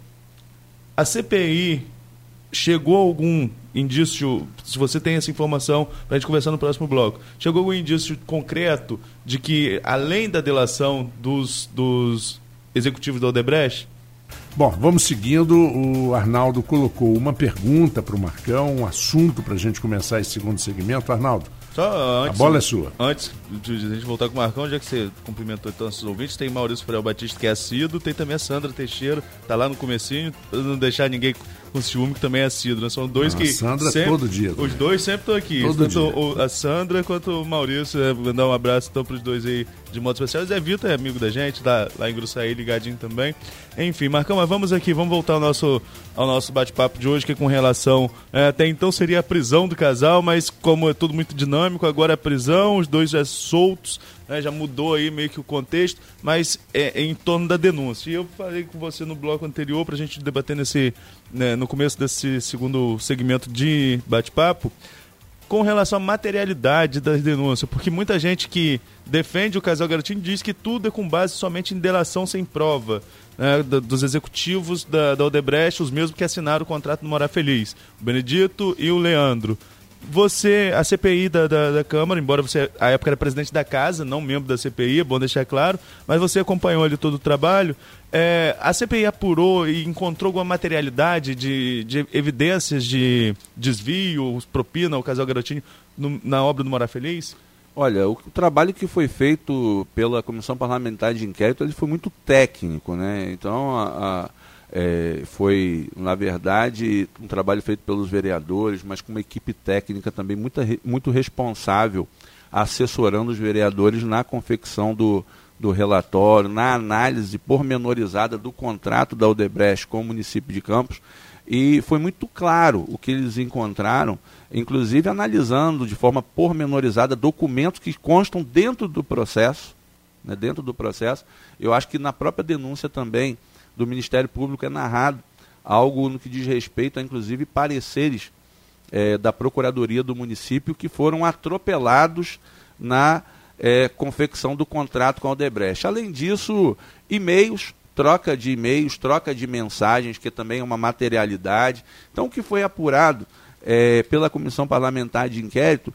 A C P I chegou a algum indício, se você tem essa informação, para a gente conversar no próximo bloco, chegou algum indício concreto de que, além da delação dos, dos executivos da Odebrecht? Bom, vamos seguindo. O Arnaldo colocou uma pergunta para o Marcão, um assunto para a gente começar esse segundo segmento. Arnaldo, Só antes, a bola é sua. Antes de a gente voltar com o Marcão, já que você cumprimentou então nossos ouvintes, tem Maurício Freire Batista, que é assíduo, tem também a Sandra Teixeira, tá lá no comecinho, para não deixar ninguém com ciúme, que também é assíduo, né? São dois não, que... A Sandra sempre, todo dia. Os dois sempre estão aqui. Todo tanto dia. O, a Sandra quanto o Maurício. É, mandar um abraço então para os dois aí de modo especial. O Zé Vitor é amigo da gente, tá lá em Gruçaí, ligadinho também. Enfim, Marcão, mas vamos aqui, vamos voltar ao nosso, ao nosso bate-papo de hoje, que é com relação... É, até então seria a prisão do casal, mas como é tudo muito dinâmico, agora é a prisão, os dois já soltos, né, já mudou aí meio que o contexto, mas é, é em torno da denúncia. E eu falei com você no bloco anterior, para a gente debater nesse, né, no começo desse segundo segmento de bate-papo, com relação à materialidade das denúncias, porque muita gente que defende o casal Garotinho diz que tudo é com base somente em delação sem prova, né, dos executivos da, da Odebrecht, os mesmos que assinaram o contrato no Morar Feliz, o Benedito e o Leandro. Você, a C P I da, da, da Câmara, embora você, à época, era presidente da casa, não membro da C P I, é bom deixar claro, mas você acompanhou ali todo o trabalho. É, a C P I apurou e encontrou alguma materialidade de, de evidências de desvio, propina ao casal Garotinho no, na obra do Morar Feliz? Olha, o, o trabalho que foi feito pela Comissão Parlamentar de Inquérito, ele foi muito técnico, né? Então, a... a É, foi, na verdade, um trabalho feito pelos vereadores, mas com uma equipe técnica também muito, muito responsável, assessorando os vereadores na confecção do, do relatório, na análise pormenorizada do contrato da Odebrecht com o município de Campos, e foi muito claro o que eles encontraram, inclusive analisando de forma pormenorizada documentos que constam dentro do processo, né, dentro do processo. Eu acho que na própria denúncia também do Ministério Público é narrado algo no que diz respeito a, inclusive, pareceres é, da Procuradoria do município que foram atropelados na é, confecção do contrato com a Odebrecht. Além disso, e-mails, troca de e-mails, troca de mensagens, que também é uma materialidade. Então, o que foi apurado é, pela Comissão Parlamentar de Inquérito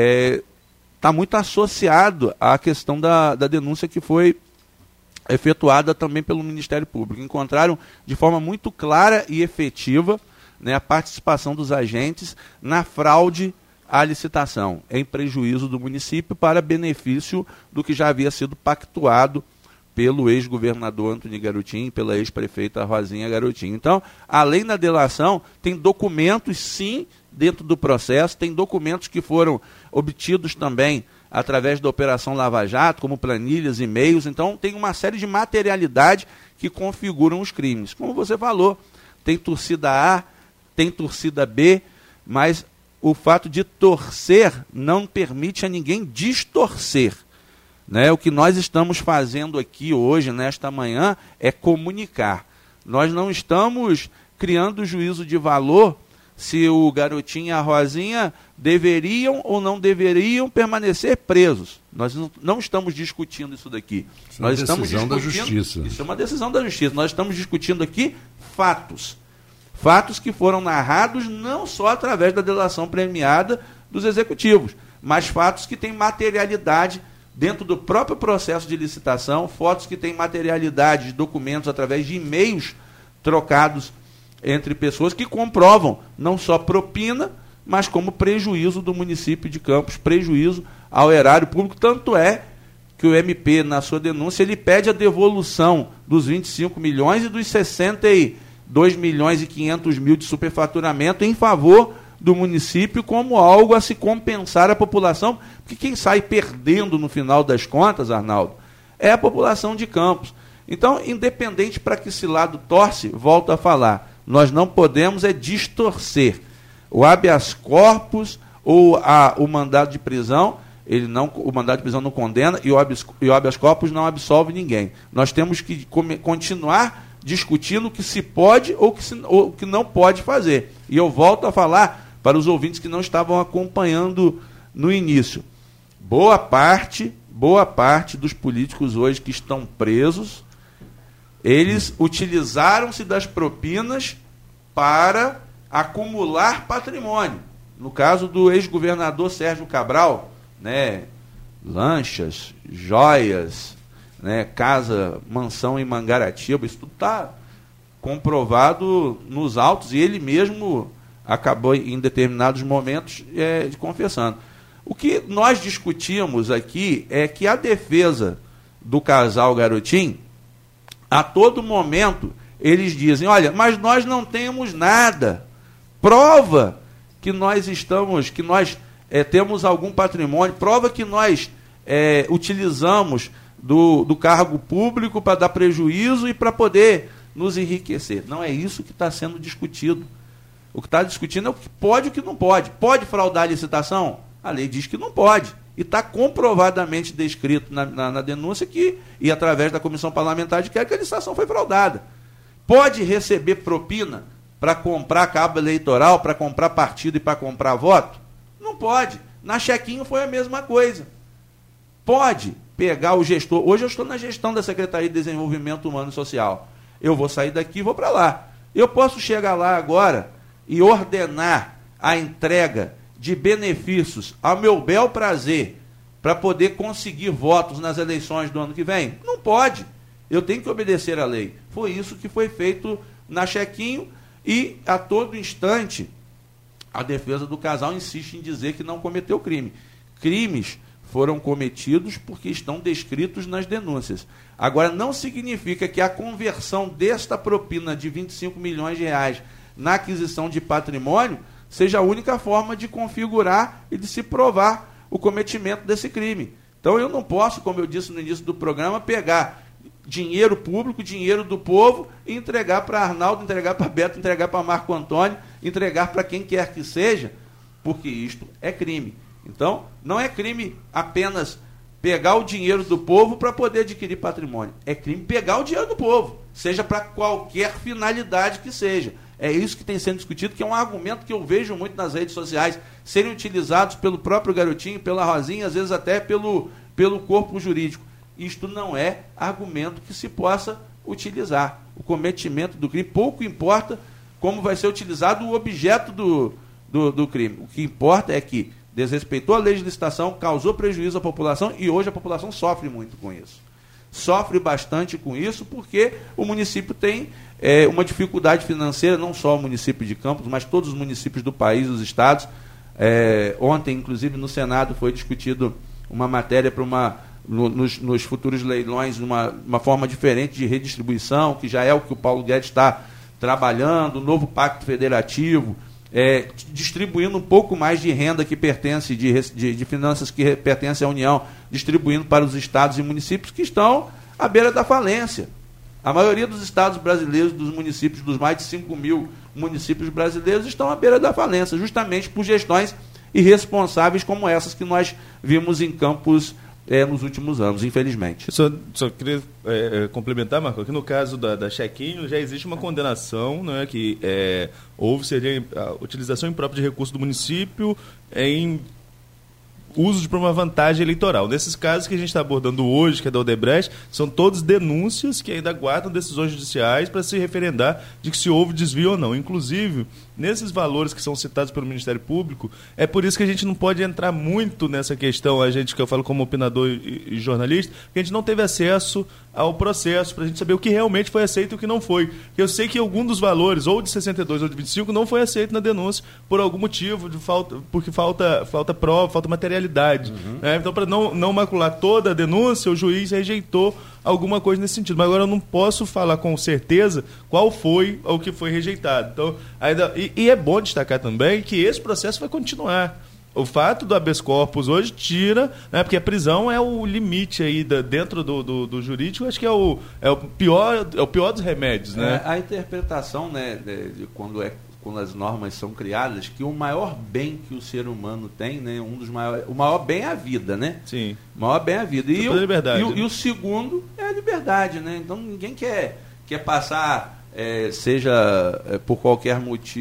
está é, muito associado à questão da, da denúncia que foi efetuada também pelo Ministério Público. Encontraram de forma muito clara e efetiva, né, a participação dos agentes na fraude à licitação, em prejuízo do município para benefício do que já havia sido pactuado pelo ex-governador Antônio Garotinho e pela ex-prefeita Rosinha Garotinho. Então, além da delação, tem documentos, sim, dentro do processo, tem documentos que foram obtidos também através da Operação Lava Jato, como planilhas, e-mails. Então, tem uma série de materialidade que configuram os crimes. Como você falou, tem torcida A, tem torcida B, mas o fato de torcer não permite a ninguém distorcer, né? O que nós estamos fazendo aqui hoje, nesta manhã, é comunicar. Nós não estamos criando juízo de valor se o Garotinho e a Rosinha deveriam ou não deveriam permanecer presos. Nós não estamos discutindo isso daqui. Isso nós é uma estamos decisão da discutindo, Justiça. Isso é uma decisão da Justiça. Nós estamos discutindo aqui fatos. Fatos que foram narrados não só através da delação premiada dos executivos, mas fatos que têm materialidade dentro do próprio processo de licitação, fotos que têm materialidade de documentos através de e-mails trocados entre pessoas que comprovam não só propina, mas como prejuízo do município de Campos, prejuízo ao erário público. Tanto é que o M P, na sua denúncia, ele pede a devolução dos vinte e cinco milhões e dos sessenta e dois milhões e quinhentos mil de superfaturamento em favor do município, como algo a se compensar a população, porque quem sai perdendo no final das contas, Arnaldo, é a população de Campos. Então, independente para que esse lado torce, volto a falar, nós não podemos é distorcer o habeas corpus ou a, o mandado de prisão. Ele não, o mandado de prisão não condena e o habeas, e o habeas corpus não absolve ninguém. Nós temos que come, continuar discutindo o que se pode ou que, se, ou que não pode fazer. E eu volto a falar para os ouvintes que não estavam acompanhando no início. Boa parte, boa parte dos políticos hoje que estão presos, eles utilizaram-se das propinas para acumular patrimônio. No caso do ex-governador Sérgio Cabral, né, lanchas, joias, né, casa, mansão em Mangaratiba, isso tudo está comprovado nos autos e ele mesmo acabou em determinados momentos é, confessando. O que nós discutimos aqui é que a defesa do casal Garotinho, a todo momento, eles dizem, olha, mas nós não temos nada. Prova que nós estamos, que nós é, temos algum patrimônio, prova que nós é, utilizamos do, do cargo público para dar prejuízo e para poder nos enriquecer. Não é isso que está sendo discutido. O que está discutindo é o que pode e o que não pode. Pode fraudar a licitação? A lei diz que não pode. E está comprovadamente descrito na, na, na denúncia que, e através da comissão parlamentar de inquérito, que a licitação foi fraudada. Pode receber propina para comprar cabo eleitoral, para comprar partido e para comprar voto? Não pode. Na Chequinho foi a mesma coisa. Pode pegar o gestor. Hoje eu estou na gestão da Secretaria de Desenvolvimento Humano e Social. Eu vou sair daqui e vou para lá. Eu posso chegar lá agora e ordenar a entrega de benefícios ao meu bel prazer para poder conseguir votos nas eleições do ano que vem? Não pode. Eu tenho que obedecer à lei. Foi isso que foi feito na Chequinho e a todo instante a defesa do casal insiste em dizer que não cometeu crime. Crimes foram cometidos porque estão descritos nas denúncias. Agora, não significa que a conversão desta propina de vinte e cinco milhões de reais na aquisição de patrimônio seja a única forma de configurar e de se provar o cometimento desse crime. Então, eu não posso, como eu disse no início do programa, pegar dinheiro público, dinheiro do povo e entregar para Arnaldo, entregar para Beto, entregar para Marco Antônio, entregar para quem quer que seja, porque isto é crime. Então, não é crime apenas pegar o dinheiro do povo para poder adquirir patrimônio. É crime pegar o dinheiro do povo, seja para qualquer finalidade que seja. É isso que tem sendo discutido, que é um argumento que eu vejo muito nas redes sociais serem utilizados pelo próprio Garotinho, pela Rosinha, às vezes até pelo, pelo corpo jurídico. Isto não é argumento que se possa utilizar. O cometimento do crime, pouco importa como vai ser utilizado o objeto do, do, do crime. O que importa é que desrespeitou a lei de licitação, causou prejuízo à população e hoje a população sofre muito com isso. Sofre bastante com isso porque o município tem é, uma dificuldade financeira, não só o município de Campos, mas todos os municípios do país, os estados. É, ontem, inclusive, no Senado foi discutido uma matéria para uma, no, nos, nos futuros leilões, uma, uma forma diferente de redistribuição, que já é o que o Paulo Guedes está trabalhando, o novo pacto federativo, É, distribuindo um pouco mais de renda que pertence, de, de, de finanças que pertencem à União, distribuindo para os estados e municípios que estão à beira da falência. A maioria dos estados brasileiros, dos municípios, dos mais de cinco mil municípios brasileiros, estão à beira da falência, justamente por gestões irresponsáveis como essas que nós vimos em Campos é, nos últimos anos, infelizmente. Eu só, só queria é, complementar, Marco, que no caso da, da Chequinho já existe uma condenação, né, que é, houve seria a utilização imprópria de recursos do município em uso para uma vantagem eleitoral. Nesses casos que a gente está abordando hoje, que é da Odebrecht, são todas denúncias que ainda aguardam decisões judiciais para se referendar de que se houve desvio ou não. Inclusive, nesses valores que são citados pelo Ministério Público, é por isso que a gente não pode entrar muito nessa questão, a gente que eu falo como opinador e, e jornalista, porque a gente não teve acesso ao processo para a gente saber o que realmente foi aceito e o que não foi. Eu sei que algum dos valores, ou de sessenta e dois ou de vinte e cinco, não foi aceito na denúncia por algum motivo, de falta, porque falta, falta prova, falta materialidade. Uhum. Né? Então, para não, não macular toda a denúncia, o juiz rejeitou alguma coisa nesse sentido. Mas agora eu não posso falar com certeza qual foi o que foi rejeitado. Então, ainda, e, e é bom destacar também que esse processo vai continuar. O fato do habeas corpus hoje tira, né, porque a prisão é o limite aí da, dentro do, do, do jurídico, acho que é o, é o, pior, é o pior dos remédios. Né? É, a interpretação, né, de, de quando, é, quando as normas são criadas, que o maior bem que o ser humano tem, né, um dos maiores, o maior bem é a vida, né? Sim. O maior bem é a vida. E, o, liberdade, e, né? e o segundo é a liberdade, né? Então ninguém quer, quer passar... É, seja é, por qualquer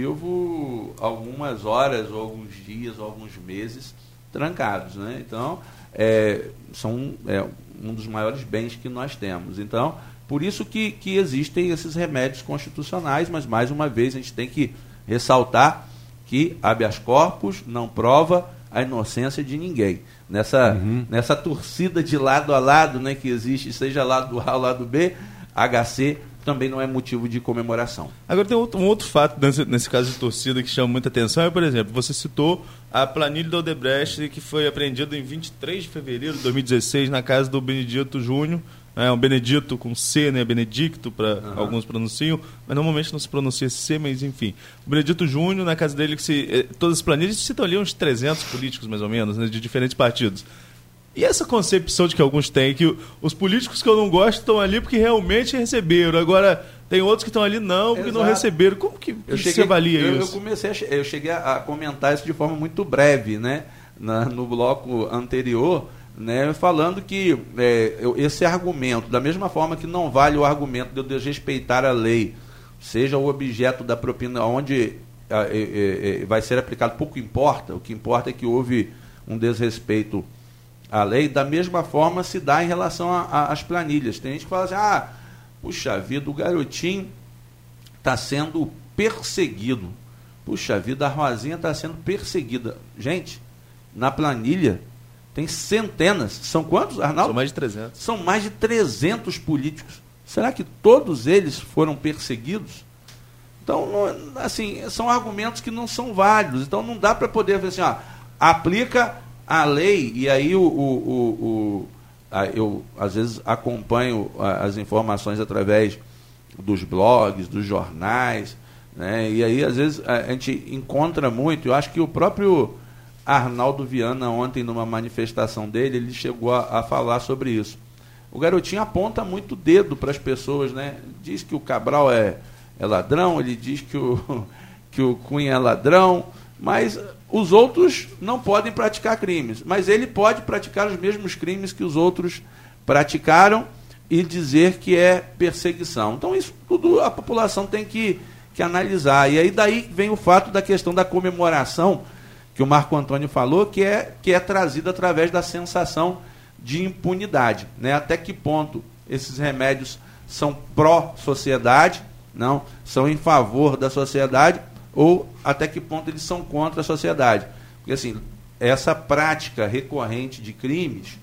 motivo, algumas horas, ou alguns dias, ou alguns meses trancados, né? Então, é, são é, um dos maiores bens que nós temos. Então, por isso que, que existem esses remédios constitucionais, mas, mais uma vez, a gente tem que ressaltar que habeas corpus não prova a inocência de ninguém. Nessa, uhum. nessa torcida de lado a lado, né, que existe, seja lado A ou lado B, H C também não é motivo de comemoração. Agora tem outro, um outro fato nesse, nesse caso de torcida que chama muita atenção, é, por exemplo, você citou a planilha da Odebrecht que foi apreendida em vinte e três de fevereiro de dois mil e dezesseis na casa do Benedito Júnior, é um Benedito com C, né, Benedicto, para uhum. alguns pronunciam, mas normalmente não se pronuncia C, mas enfim. O Benedito Júnior, na casa dele, que se, todas as planilhas citam ali uns trezentos políticos mais ou menos, né, de diferentes partidos. E essa concepção de que alguns têm, que os políticos que eu não gosto estão ali porque realmente receberam. Agora, tem outros que estão ali não, porque Exato. não receberam. Como que eu você cheguei, avalia eu, isso? Eu, comecei a, eu cheguei a comentar isso de forma muito breve, né? Na, no bloco anterior, né? Falando que é, esse argumento, da mesma forma que não vale o argumento de eu desrespeitar a lei, seja o objeto da propina, onde a, é, é, vai ser aplicado, pouco importa. O que importa é que houve um desrespeito a lei, da mesma forma se dá em relação às planilhas. Tem gente que fala assim, ah, puxa vida, o garotinho está sendo perseguido. Puxa vida, a Rosinha está sendo perseguida. Gente, na planilha tem centenas. São quantos, Arnaldo? São mais de trezentos. São mais de trezentos políticos. Será que todos eles foram perseguidos? Então, não, assim, são argumentos que não são válidos. Então, não dá para poder ver assim, ó, aplica a lei, e aí o, o, o, o, a, eu às vezes acompanho a, as informações através dos blogs, dos jornais, né? E aí às vezes a, a gente encontra muito, eu acho que o próprio Arnaldo Viana ontem numa manifestação dele, ele chegou a, a falar sobre isso. O garotinho aponta muito o dedo para as pessoas, né? Diz que o Cabral é, é ladrão, ele diz que o, que o Cunha é ladrão, mas os outros não podem praticar crimes, mas ele pode praticar os mesmos crimes que os outros praticaram e dizer que é perseguição. Então isso tudo a população tem que, que analisar. E aí daí vem o fato da questão da comemoração, que o Marco Antônio falou, que é, que é trazida através da sensação de impunidade, né? Até que ponto esses remédios são pró-sociedade, não, são em favor da sociedade, ou até que ponto eles são contra a sociedade. Porque, assim, essa prática recorrente de crimes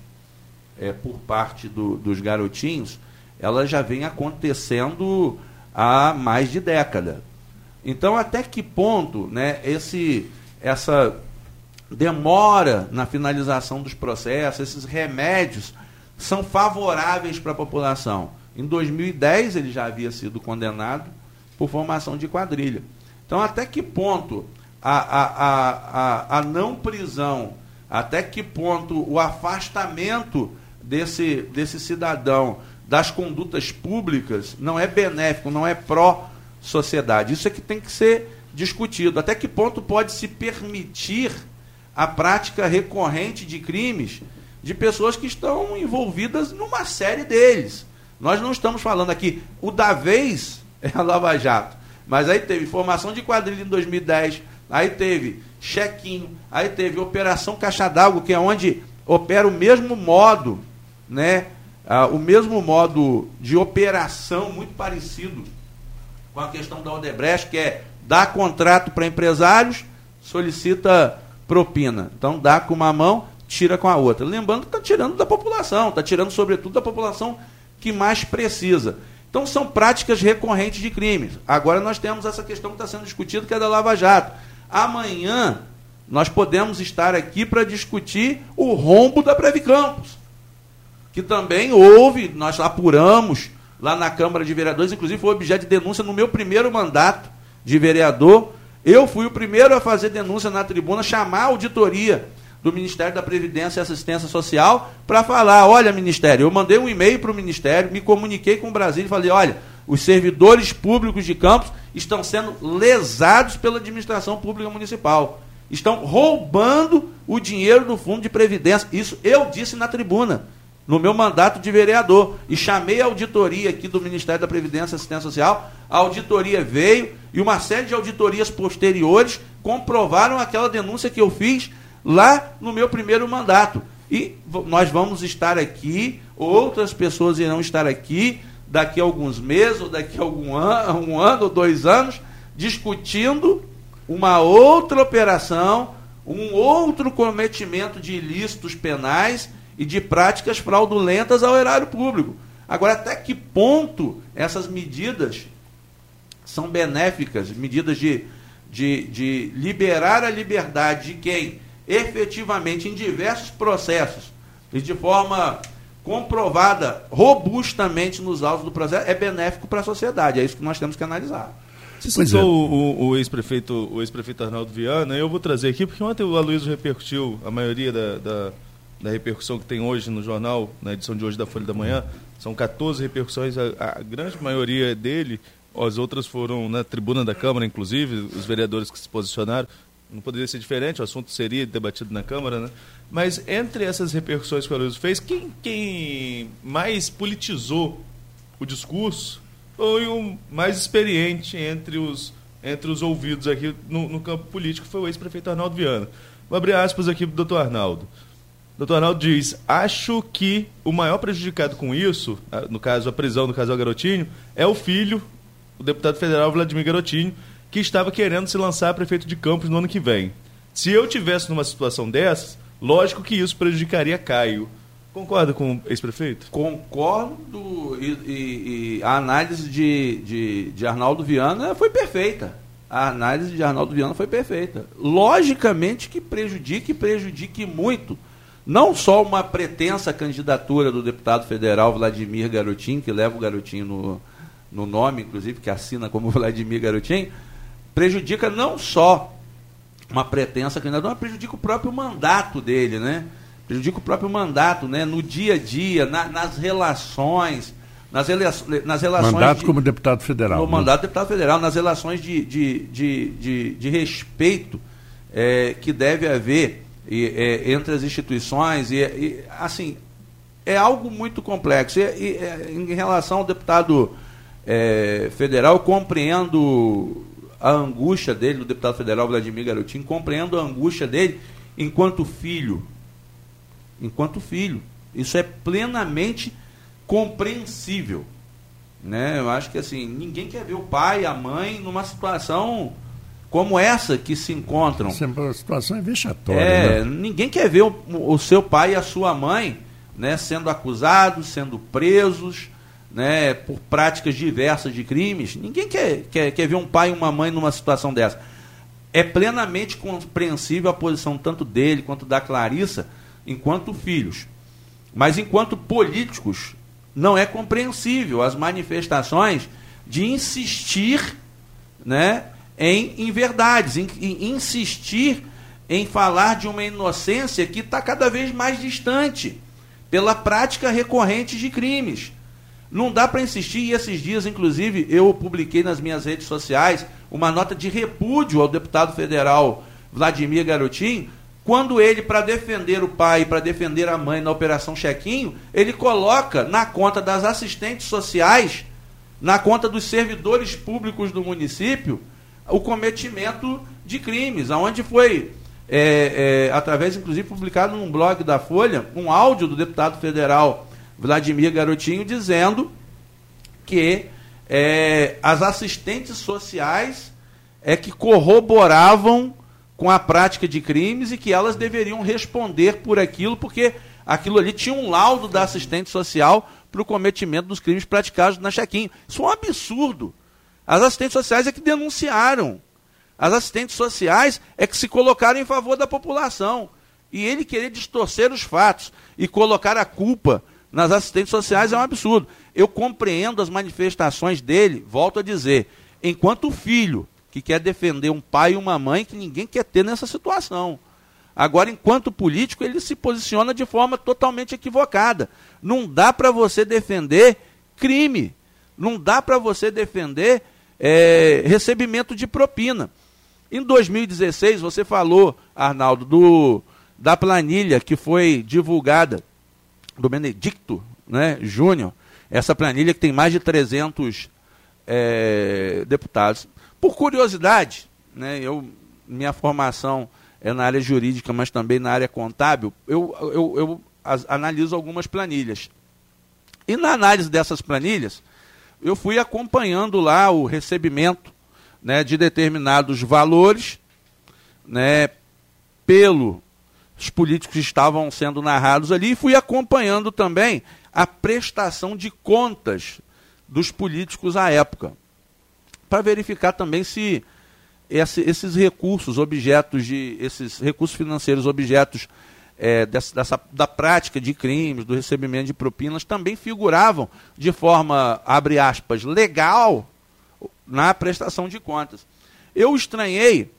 é, por parte do, dos garotinhos, ela já vem acontecendo há mais de década. Então, até que ponto, né, esse, essa demora na finalização dos processos, esses remédios são favoráveis para a população? Em dois mil e dez, ele já havia sido condenado por formação de quadrilha. Então, até que ponto a, a, a, a, a não prisão, até que ponto o afastamento desse, desse cidadão das condutas públicas não é benéfico, não é pró-sociedade? Isso é que tem que ser discutido. Até que ponto pode se permitir a prática recorrente de crimes de pessoas que estão envolvidas numa série deles? Nós não estamos falando aqui, o da vez é a Lava Jato. Mas aí teve formação de quadrilha em dois mil e dez, aí teve chequinho. Aí teve Operação Caixa d'Água, que é onde opera o mesmo modo, né? Ah, o mesmo modo de operação, muito parecido com a questão da Odebrecht, que é dar contrato para empresários, solicita propina. Então dá com uma mão, tira com a outra. Lembrando que está tirando da população, está tirando sobretudo da população que mais precisa. Então são práticas recorrentes de crimes. Agora nós temos essa questão que está sendo discutida, que é da Lava Jato. Amanhã nós podemos estar aqui para discutir o rombo da Previcampos, que também houve, nós apuramos lá na Câmara de Vereadores, inclusive foi objeto de denúncia no meu primeiro mandato de vereador. Eu fui o primeiro a fazer denúncia na tribuna, chamar a auditoria do Ministério da Previdência e Assistência Social para falar, olha, Ministério, eu mandei um e-mail para o Ministério, me comuniquei com o Brasília e falei, olha, os servidores públicos de Campos estão sendo lesados pela administração pública municipal. Estão roubando o dinheiro do Fundo de Previdência. Isso eu disse na tribuna, no meu mandato de vereador. E chamei a auditoria aqui do Ministério da Previdência e Assistência Social. A auditoria veio e uma série de auditorias posteriores comprovaram aquela denúncia que eu fiz lá no meu primeiro mandato. E nós vamos estar aqui, outras pessoas irão estar aqui daqui a alguns meses, ou daqui a algum ano, um ano ou dois anos, discutindo uma outra operação, um outro cometimento de ilícitos penais e de práticas fraudulentas ao erário público. Agora, até que ponto essas medidas são benéficas, medidas de, de, de liberar a liberdade de quem efetivamente, em diversos processos, e de forma comprovada, robustamente nos autos do processo, é benéfico para a sociedade. É isso que nós temos que analisar. Você citou é. o, o ex-prefeito o ex-prefeito Arnaldo Viana, eu vou trazer aqui, porque ontem o Aloysio repercutiu a maioria da, da, da repercussão que tem hoje no jornal, na edição de hoje da Folha da Manhã. São catorze repercussões, a, a grande maioria dele, as outras foram na tribuna da Câmara, inclusive, os vereadores que se posicionaram. Não poderia ser diferente, o assunto seria debatido na Câmara, né? Mas entre essas repercussões que o Aloysio fez, quem, quem mais politizou o discurso foi o mais experiente entre os, entre os ouvidos aqui no, no campo político, foi o ex-prefeito Arnaldo Viana. Vou abrir aspas aqui para o doutor Arnaldo. O doutor Arnaldo diz, acho que o maior prejudicado com isso, no caso a prisão do casal Garotinho, é o filho, o deputado federal Vladimir Garotinho, que estava querendo se lançar a prefeito de Campos no ano que vem. Se eu tivesse numa situação dessas, lógico que isso prejudicaria Caio. Concorda com o ex-prefeito? Concordo, e, e, e a análise de, de, de Arnaldo Viana foi perfeita. A análise de Arnaldo Viana foi perfeita. Logicamente que prejudique, prejudique muito. Não só uma pretensa candidatura do deputado federal Vladimir Garotinho, que leva o Garotinho no, no nome, inclusive, que assina como Vladimir Garotinho, prejudica não só uma pretensa candidatura, mas prejudica o próprio mandato dele, né? Prejudica o próprio mandato, né? No dia a dia, na, nas relações, nas, ele, nas relações... Mandato de, como deputado federal. No né? mandato de deputado federal, nas relações de, de, de, de, de respeito é, que deve haver e, é, entre as instituições, e, e assim, é algo muito complexo. E, e, é, em relação ao deputado é, federal, eu compreendo a angústia dele, do deputado federal Vladimir Garotinho, compreendo a angústia dele enquanto filho. Enquanto filho. Isso é plenamente compreensível. Né? Eu acho que assim, ninguém quer ver o pai e a mãe numa situação como essa que se encontram. A situação é vexatória. É, né? Ninguém quer ver o, o seu pai e a sua mãe, né, sendo acusados, sendo presos, né, por práticas diversas de crimes. Ninguém quer, quer, quer ver um pai e uma mãe numa situação dessa. É plenamente compreensível a posição tanto dele quanto da Clarissa enquanto filhos. Mas enquanto políticos, não é compreensível as manifestações de insistir, né, em, em verdades, em, em insistir em falar de uma inocência que está cada vez mais distante pela prática recorrente de crimes. Não dá para insistir, e esses dias, inclusive, eu publiquei nas minhas redes sociais uma nota de repúdio ao deputado federal Vladimir Garotinho, quando ele, para defender o pai, para defender a mãe na Operação Chequinho, ele coloca na conta das assistentes sociais, na conta dos servidores públicos do município, o cometimento de crimes, onde foi, é, é, através, inclusive, publicado num blog da Folha, um áudio do deputado federal Vladimir Garotinho dizendo que é, as assistentes sociais é que corroboravam com a prática de crimes e que elas deveriam responder por aquilo, porque aquilo ali tinha um laudo da assistente social para o cometimento dos crimes praticados na Chequinho. Isso é um absurdo. As assistentes sociais é que denunciaram. As assistentes sociais é que se colocaram em favor da população. E ele querer distorcer os fatos e colocar a culpa nas assistentes sociais é um absurdo. Eu compreendo as manifestações dele, volto a dizer, enquanto filho que quer defender um pai e uma mãe que ninguém quer ter nessa situação. Agora, enquanto político, ele se posiciona de forma totalmente equivocada. Não dá para você defender crime. Não dá para você defender é, recebimento de propina. Em dois mil e dezesseis, você falou, Arnaldo, do, da planilha que foi divulgada do Benedicto, né, Júnior, essa planilha que tem mais de trezentos é, deputados. Por curiosidade, né, eu, minha formação é na área jurídica, mas também na área contábil, eu, eu, eu as, analiso algumas planilhas. E na análise dessas planilhas, eu fui acompanhando lá o recebimento, né, de determinados valores, né, pelos políticos que estavam sendo narrados ali, e fui acompanhando também a prestação de contas dos políticos à época, para verificar também se esse, esses recursos, objetos de, esses recursos financeiros, objetos é, dessa, dessa, da prática de crimes, do recebimento de propinas, também figuravam de forma, abre aspas, legal na prestação de contas. Eu estranhei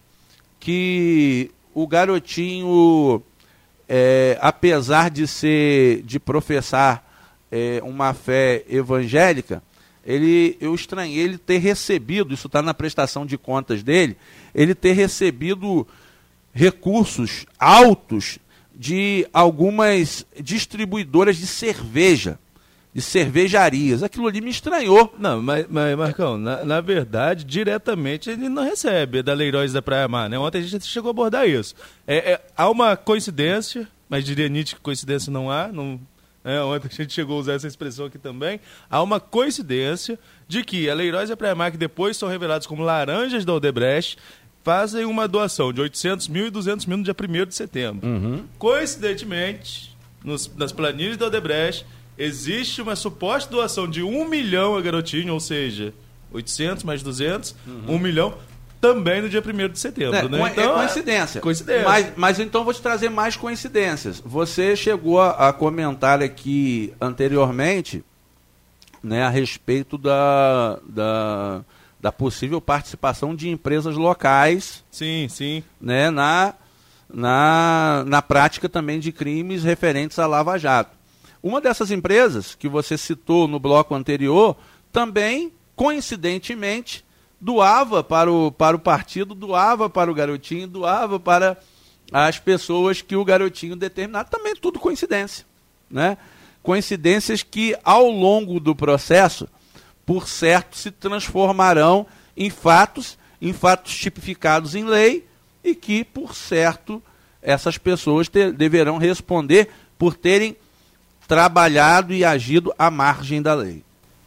que o Garotinho, é, apesar de ser, de professar é, uma fé evangélica, ele, eu estranhei ele ter recebido, isso está na prestação de contas dele, ele ter recebido recursos altos de algumas distribuidoras de cerveja, de cervejarias. Aquilo ali me estranhou. Não, mas, mas Marcão, na, na verdade, diretamente ele não recebe, é da Leiroz da Praia Mar, né? Ontem a gente chegou a abordar isso. É, é, há uma coincidência, mas diria Nietzsche que coincidência não há, não... É, ontem a gente chegou a usar essa expressão aqui também. Há uma coincidência de que a Leiroz e a Praia Mar, que depois são revelados como laranjas da Odebrecht, fazem uma doação de oitocentos mil e duzentos mil no dia primeiro de setembro. Uhum. Coincidentemente, nos, nas planilhas da Odebrecht, existe uma suposta doação de um milhão a Garotinho, ou seja, oitocentos mais duzentos, uhum. um milhão, também no dia primeiro de setembro. É, né? Então, é coincidência. É coincidência. Mas, mas então vou te trazer mais coincidências. Você chegou a, a comentar aqui anteriormente, né, a respeito da, da, da possível participação de empresas locais, sim, sim. Né, na, na, na prática também de crimes referentes à Lava Jato. Uma dessas empresas que você citou no bloco anterior também, coincidentemente, doava para o, para o partido, doava para o Garotinho, doava para as pessoas que o Garotinho determinava. Também tudo coincidência, né? Coincidências que, ao longo do processo, por certo, se transformarão em fatos, em fatos tipificados em lei, e que, por certo, essas pessoas ter, deverão responder por terem trabalhado e agido à margem da lei.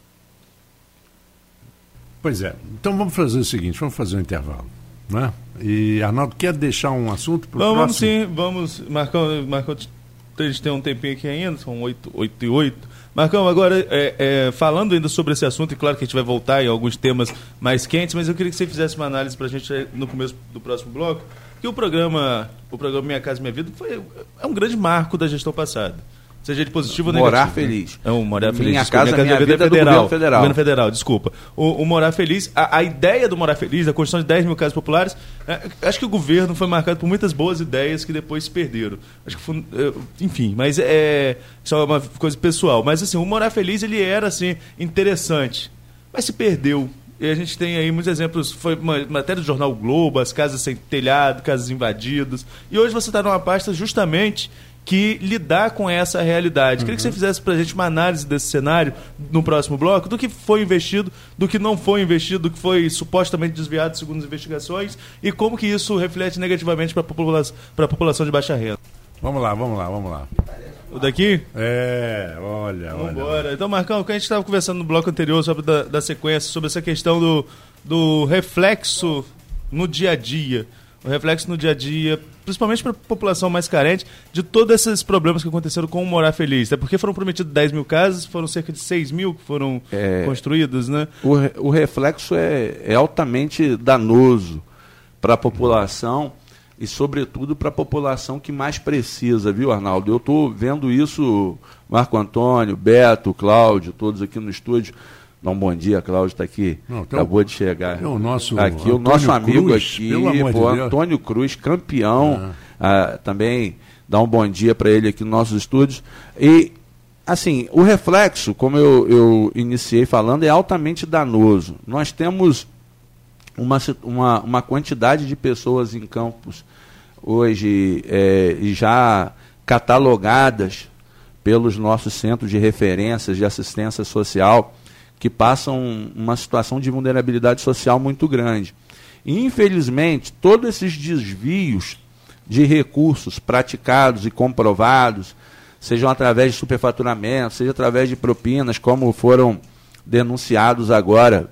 Pois é. Então vamos fazer o seguinte, vamos fazer um intervalo, né? E Arnaldo, quer deixar um assunto para o próximo? Vamos sim, vamos. Marcão, Marcão, a gente tem um tempinho aqui ainda, são oito, oito e oito. Marcão, agora, é, é, falando ainda sobre esse assunto, e claro que a gente vai voltar em alguns temas mais quentes, mas eu queria que você fizesse uma análise para a gente no começo do próximo bloco, que o programa, o programa Minha Casa Minha Vida foi, é um grande marco da gestão passada. Seja de positivo ou negativo. Morar Feliz. É um Morar Feliz. Minha desculpa, Casa minha Minha, minha Vida, vida é federal. do Federal. Governo Federal, desculpa. O, o Morar Feliz, a, a ideia do Morar Feliz, a construção de dez mil casas populares, é, acho que o governo foi marcado por muitas boas ideias que depois se perderam. Acho que foi, enfim, mas é só uma coisa pessoal. Mas assim, o Morar Feliz, ele era assim, interessante, mas se perdeu. E a gente tem aí muitos exemplos, foi uma matéria do jornal o Globo, as casas sem telhado, casas invadidas. E hoje você está numa pasta justamente que lidar com essa realidade. Uhum. Queria que você fizesse para a gente uma análise desse cenário no próximo bloco, do que foi investido, do que não foi investido, do que foi supostamente desviado segundo as investigações e como que isso reflete negativamente para a população, para a população de baixa renda. Vamos lá, vamos lá, vamos lá. O daqui? É, olha, Vamos olha. embora. Então, Marcão, o que a gente estava conversando no bloco anterior sobre da, da sequência, sobre essa questão do, do reflexo no dia a dia, o reflexo no dia a dia, principalmente para a população mais carente, de todos esses problemas que aconteceram com o Morar Feliz. Até porque foram prometidos dez mil casas, foram cerca de seis mil que foram é, construídas, né? O, re, o reflexo é, é altamente danoso para a população e, sobretudo, para a população que mais precisa, viu, Arnaldo? Eu estou vendo isso, Marco Antônio, Beto, Cláudio, todos aqui no estúdio. Dá um bom dia, Cláudio está aqui, não, então, acabou de chegar. É o nosso, aqui, Antônio o nosso amigo Cruz, aqui, pô, de Antônio Cruz, campeão, ah. Ah, também dá um bom dia para ele aqui nos nossos estúdios. E, assim, o reflexo, como eu, eu iniciei falando, é altamente danoso. Nós temos uma, uma, uma quantidade de pessoas em Campos hoje é, já catalogadas pelos nossos centros de referências de assistência social, que passam uma situação de vulnerabilidade social muito grande. E, infelizmente, todos esses desvios de recursos praticados e comprovados, sejam através de superfaturamento, seja através de propinas, como foram denunciados agora,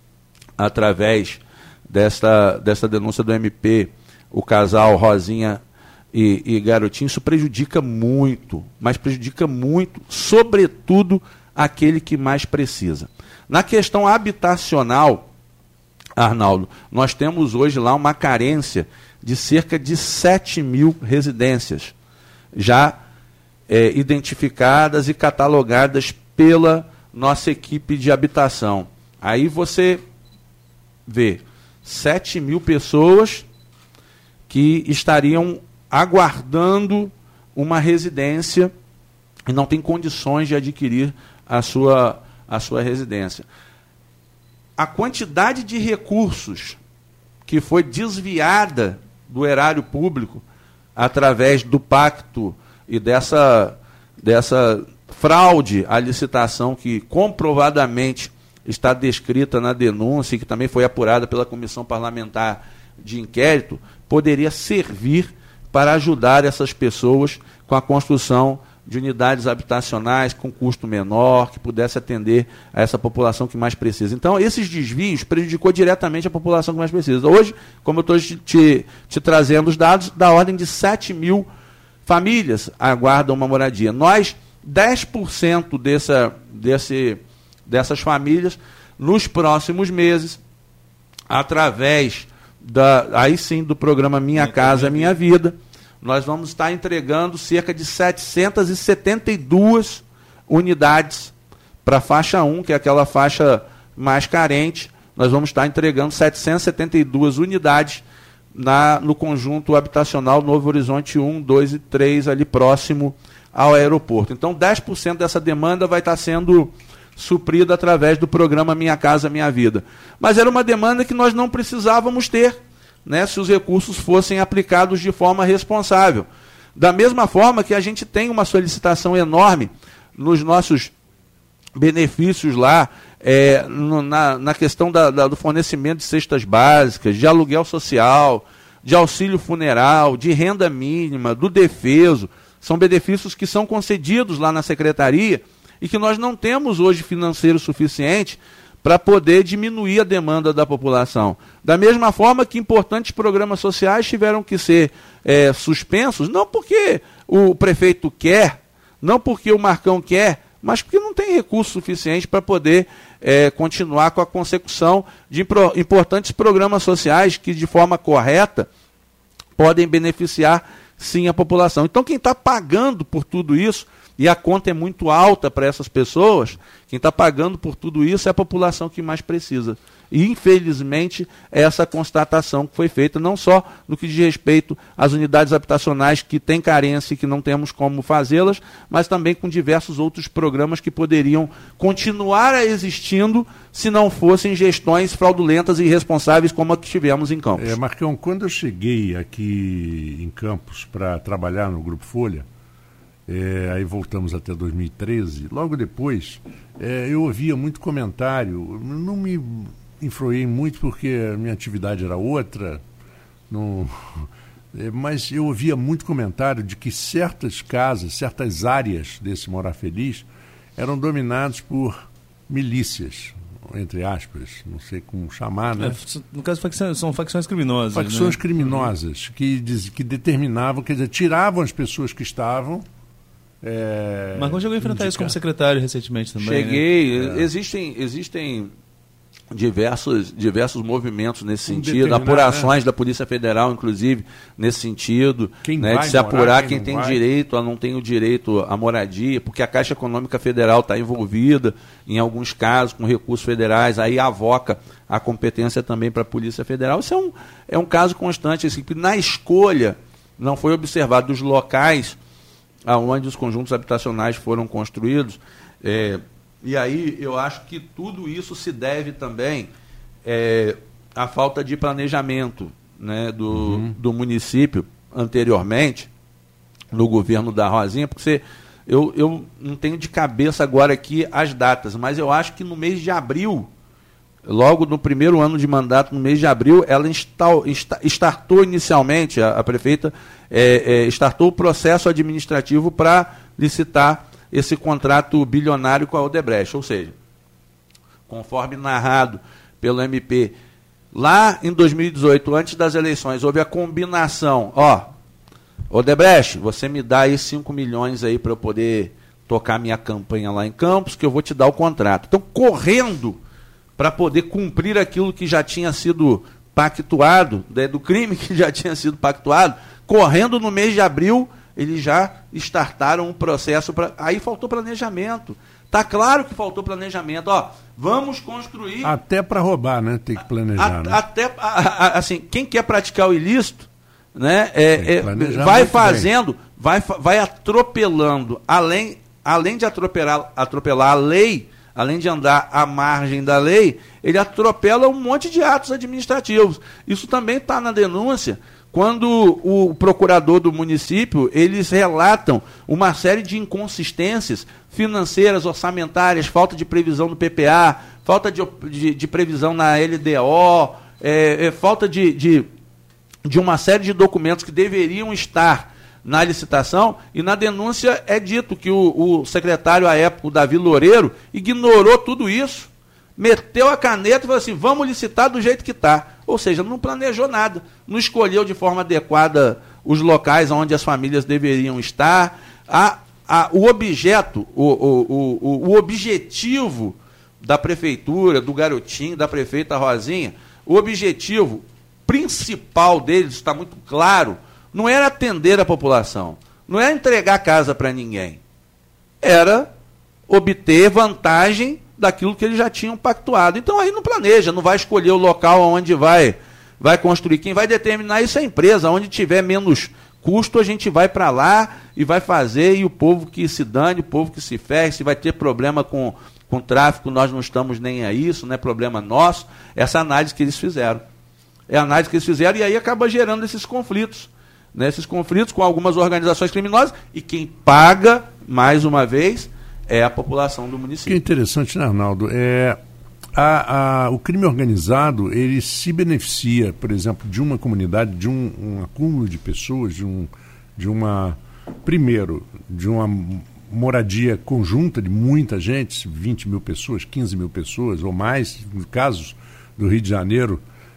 através desta, desta denúncia do M P, o casal Rosinha e, e Garotinho, isso prejudica muito, mas prejudica muito, sobretudo, aquele que mais precisa. Na questão habitacional, Arnaldo, nós temos hoje lá uma carência de cerca de sete mil residências já é, identificadas e catalogadas pela nossa equipe de habitação. Aí você vê sete mil pessoas que estariam aguardando uma residência e não tem condições de adquirir a sua, a sua residência. A quantidade de recursos que foi desviada do erário público através do pacto e dessa, dessa fraude à licitação que comprovadamente está descrita na denúncia e que também foi apurada pela Comissão Parlamentar de Inquérito, poderia servir para ajudar essas pessoas com a construção de unidades habitacionais com custo menor, que pudesse atender a essa população que mais precisa. Então, esses desvios prejudicou diretamente a população que mais precisa. Hoje, como eu estou te, te, te trazendo os dados, da ordem de sete mil famílias aguardam uma moradia. Nós, dez por cento dessa, desse, dessas famílias, nos próximos meses, através da, aí sim do programa Minha Casa Minha Vida, nós vamos estar entregando cerca de setecentas e setenta e duas unidades para a faixa um, que é aquela faixa mais carente. Nós vamos estar entregando setecentas e setenta e duas unidades na, no conjunto habitacional Novo Horizonte um, dois e três, ali próximo ao aeroporto. Então, dez por cento dessa demanda vai estar sendo suprida através do programa Minha Casa Minha Vida. Mas era uma demanda que nós não precisávamos ter, né, se os recursos fossem aplicados de forma responsável. Da mesma forma que a gente tem uma solicitação enorme nos nossos benefícios lá, é, no, na, na questão da, da, do fornecimento de cestas básicas, de aluguel social, de auxílio funeral, de renda mínima, do defeso. São benefícios que são concedidos lá na secretaria e que nós não temos hoje financeiro suficiente para poder diminuir a demanda da população. Da mesma forma que importantes programas sociais tiveram que ser é, suspensos, não porque o prefeito quer, não porque o Marcão quer, mas porque não tem recurso suficiente para poder é, continuar com a consecução de importantes programas sociais que, de forma correta, podem beneficiar, sim, a população. Então, quem está pagando por tudo isso, e a conta é muito alta para essas pessoas, quem está pagando por tudo isso é a população que mais precisa. E, infelizmente, é essa constatação que foi feita, não só no que diz respeito às unidades habitacionais que têm carência e que não temos como fazê-las, mas também com diversos outros programas que poderiam continuar existindo se não fossem gestões fraudulentas e irresponsáveis como a que tivemos em Campos. É, Marcão, quando eu cheguei aqui em Campos para trabalhar no Grupo Folha, É, aí voltamos até dois mil e treze. Logo depois, é, eu ouvia muito comentário, não me influei muito porque a minha atividade era outra, não, é, mas eu ouvia muito comentário de que certas casas, certas áreas desse Morar Feliz eram dominadas por milícias, entre aspas, não sei como chamar, né? É, no caso, facções, são facções criminosas. Facções né? criminosas que, diz, que determinavam, quer dizer, tiravam as pessoas que estavam. É, Mas como chegou a enfrentar indicar. isso como secretário recentemente também? Cheguei. Né? É. Existem, existem diversos, diversos movimentos nesse um sentido, apurações né? da Polícia Federal, inclusive, nesse sentido, quem né, vai de se morar, apurar quem, quem não tem vai. direito a não tem o direito à moradia, porque a Caixa Econômica Federal está envolvida, em alguns casos, com recursos federais, aí avoca a competência também para a Polícia Federal. Isso é um, é um caso constante, assim, que na escolha não foi observado os locais aonde os conjuntos habitacionais foram construídos, é, e aí eu acho que tudo isso se deve também é, à falta de planejamento, né, do, uhum. do município anteriormente, no governo da Rosinha, porque você, eu, eu não tenho de cabeça agora aqui as datas, mas eu acho que no mês de abril, logo no primeiro ano de mandato, no mês de abril, ela instal, insta, startou inicialmente, a, a prefeita é, é, startou o processo administrativo para licitar esse contrato bilionário com a Odebrecht, ou seja, conforme narrado pelo M P, lá em dois mil e dezoito, antes das eleições, houve a combinação, ó, Odebrecht, você me dá aí cinco milhões aí para eu poder tocar minha campanha lá em Campos, que eu vou te dar o contrato. Então, correndo para poder cumprir aquilo que já tinha sido pactuado, né, do crime que já tinha sido pactuado, correndo no mês de abril, eles já startaram um processo, pra, aí faltou planejamento. Está claro que faltou planejamento. Ó, vamos construir... Até para roubar, né? Tem que planejar. A, né? Até, a, a, assim, quem quer praticar o ilícito, né, é, é, vai fazendo, vai, vai atropelando, além, além de atropelar, atropelar a lei, além de andar à margem da lei, ele atropela um monte de atos administrativos. Isso também está na denúncia, quando o procurador do município, eles relatam uma série de inconsistências financeiras, orçamentárias, falta de previsão no P P A, falta de, de, de previsão na L D O, é, é, falta de, de, de uma série de documentos que deveriam estar na licitação, e na denúncia é dito que o, o secretário à época, o Davi Loureiro, ignorou tudo isso, meteu a caneta e falou assim, vamos licitar do jeito que está. Ou seja, não planejou nada, não escolheu de forma adequada os locais onde as famílias deveriam estar. A, a, o objeto, o, o, o, o objetivo da prefeitura, do garotinho, da prefeita Rosinha, o objetivo principal deles, está muito claro, não era atender a população, não era entregar casa para ninguém, era obter vantagem daquilo que eles já tinham pactuado. Então aí não planeja, não vai escolher o local onde vai, vai construir. Quem vai determinar isso é a empresa, onde tiver menos custo a gente vai para lá e vai fazer, e o povo que se dane, o povo que se ferre, se vai ter problema com, com tráfico, nós não estamos nem a isso, não é problema nosso. Essa análise que eles fizeram. É a análise que eles fizeram e aí acaba gerando esses conflitos. Né, esses conflitos com algumas organizações criminosas, e quem paga, mais uma vez, é a população do município. O que é interessante, né, Arnaldo? É, a, a, o crime organizado, ele se beneficia, por exemplo, de uma comunidade, de um, um acúmulo de pessoas, de, um, de uma, primeiro, de uma moradia conjunta de muita gente, vinte mil pessoas, quinze mil pessoas ou mais, no caso do Rio de Janeiro,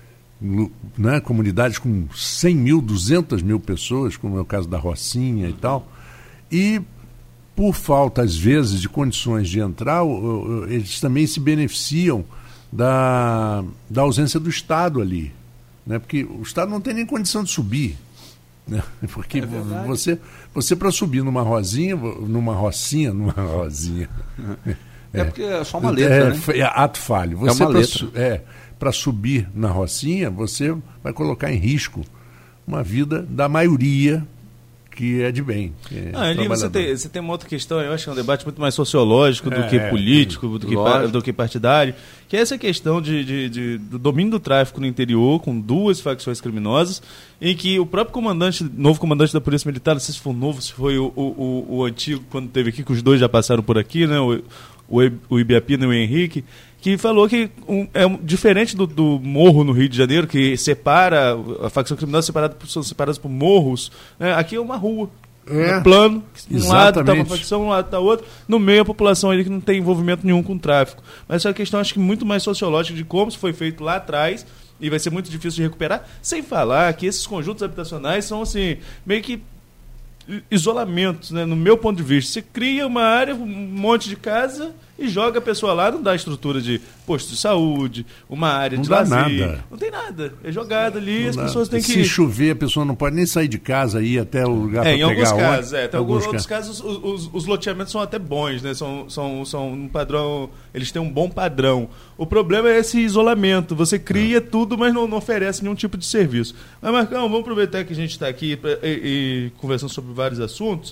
né, comunidades com cem mil, duzentas mil pessoas, como é o caso da Rocinha e tal, e por falta, às vezes, de condições de entrar, eles também se beneficiam da, da ausência do Estado ali, né, porque o Estado não tem nem condição de subir, né, porque é você, você para subir numa rosinha, numa rocinha, numa rosinha... É, é porque é só uma letra, é, né? É ato falho. Você é uma letra. É, para subir na rocinha, você vai colocar em risco uma vida da maioria que é de bem. É ah, ali você tem, você tem uma outra questão, eu acho que é um debate muito mais sociológico do é, que político, é, do, que, do que partidário, que é essa questão de, de, de, do domínio do tráfico no interior, com duas facções criminosas, em que o próprio comandante, novo comandante da Polícia Militar, não sei se foi o novo, se foi o, o, o, o antigo, quando teve aqui, que os dois já passaram por aqui, né, o, o, o Ibiapina e o Henrique, que falou que um, é um, diferente do, do morro no Rio de Janeiro, que separa, a facção criminosa separada por, são separadas por morros, né? Aqui é uma rua, é, um plano, um exatamente. Lado está uma facção, um lado está outro, no meio a população ali que não tem envolvimento nenhum com o tráfico. Mas essa é uma questão, acho que muito mais sociológica de como isso foi feito lá atrás, e vai ser muito difícil de recuperar, sem falar que esses conjuntos habitacionais são assim, meio que isolamentos, né? No meu ponto de vista. Você cria uma área, um monte de casa e joga a pessoa lá, não dá estrutura de posto de saúde, uma área não de dá lazer. Nada. Não tem nada. É jogado ali, não as dá. pessoas têm que... Se chover, a pessoa não pode nem sair de casa e ir até o lugar é, para pegar. Em alguns casos, é. Tem alguns outros casos, os, os, os loteamentos são até bons, né? São, são, são um padrão... Eles têm um bom padrão. O problema é esse isolamento. Você cria é. tudo, mas não, não oferece nenhum tipo de serviço. Mas, Marcão, vamos aproveitar que a gente está aqui pra, e, e conversando sobre vários assuntos.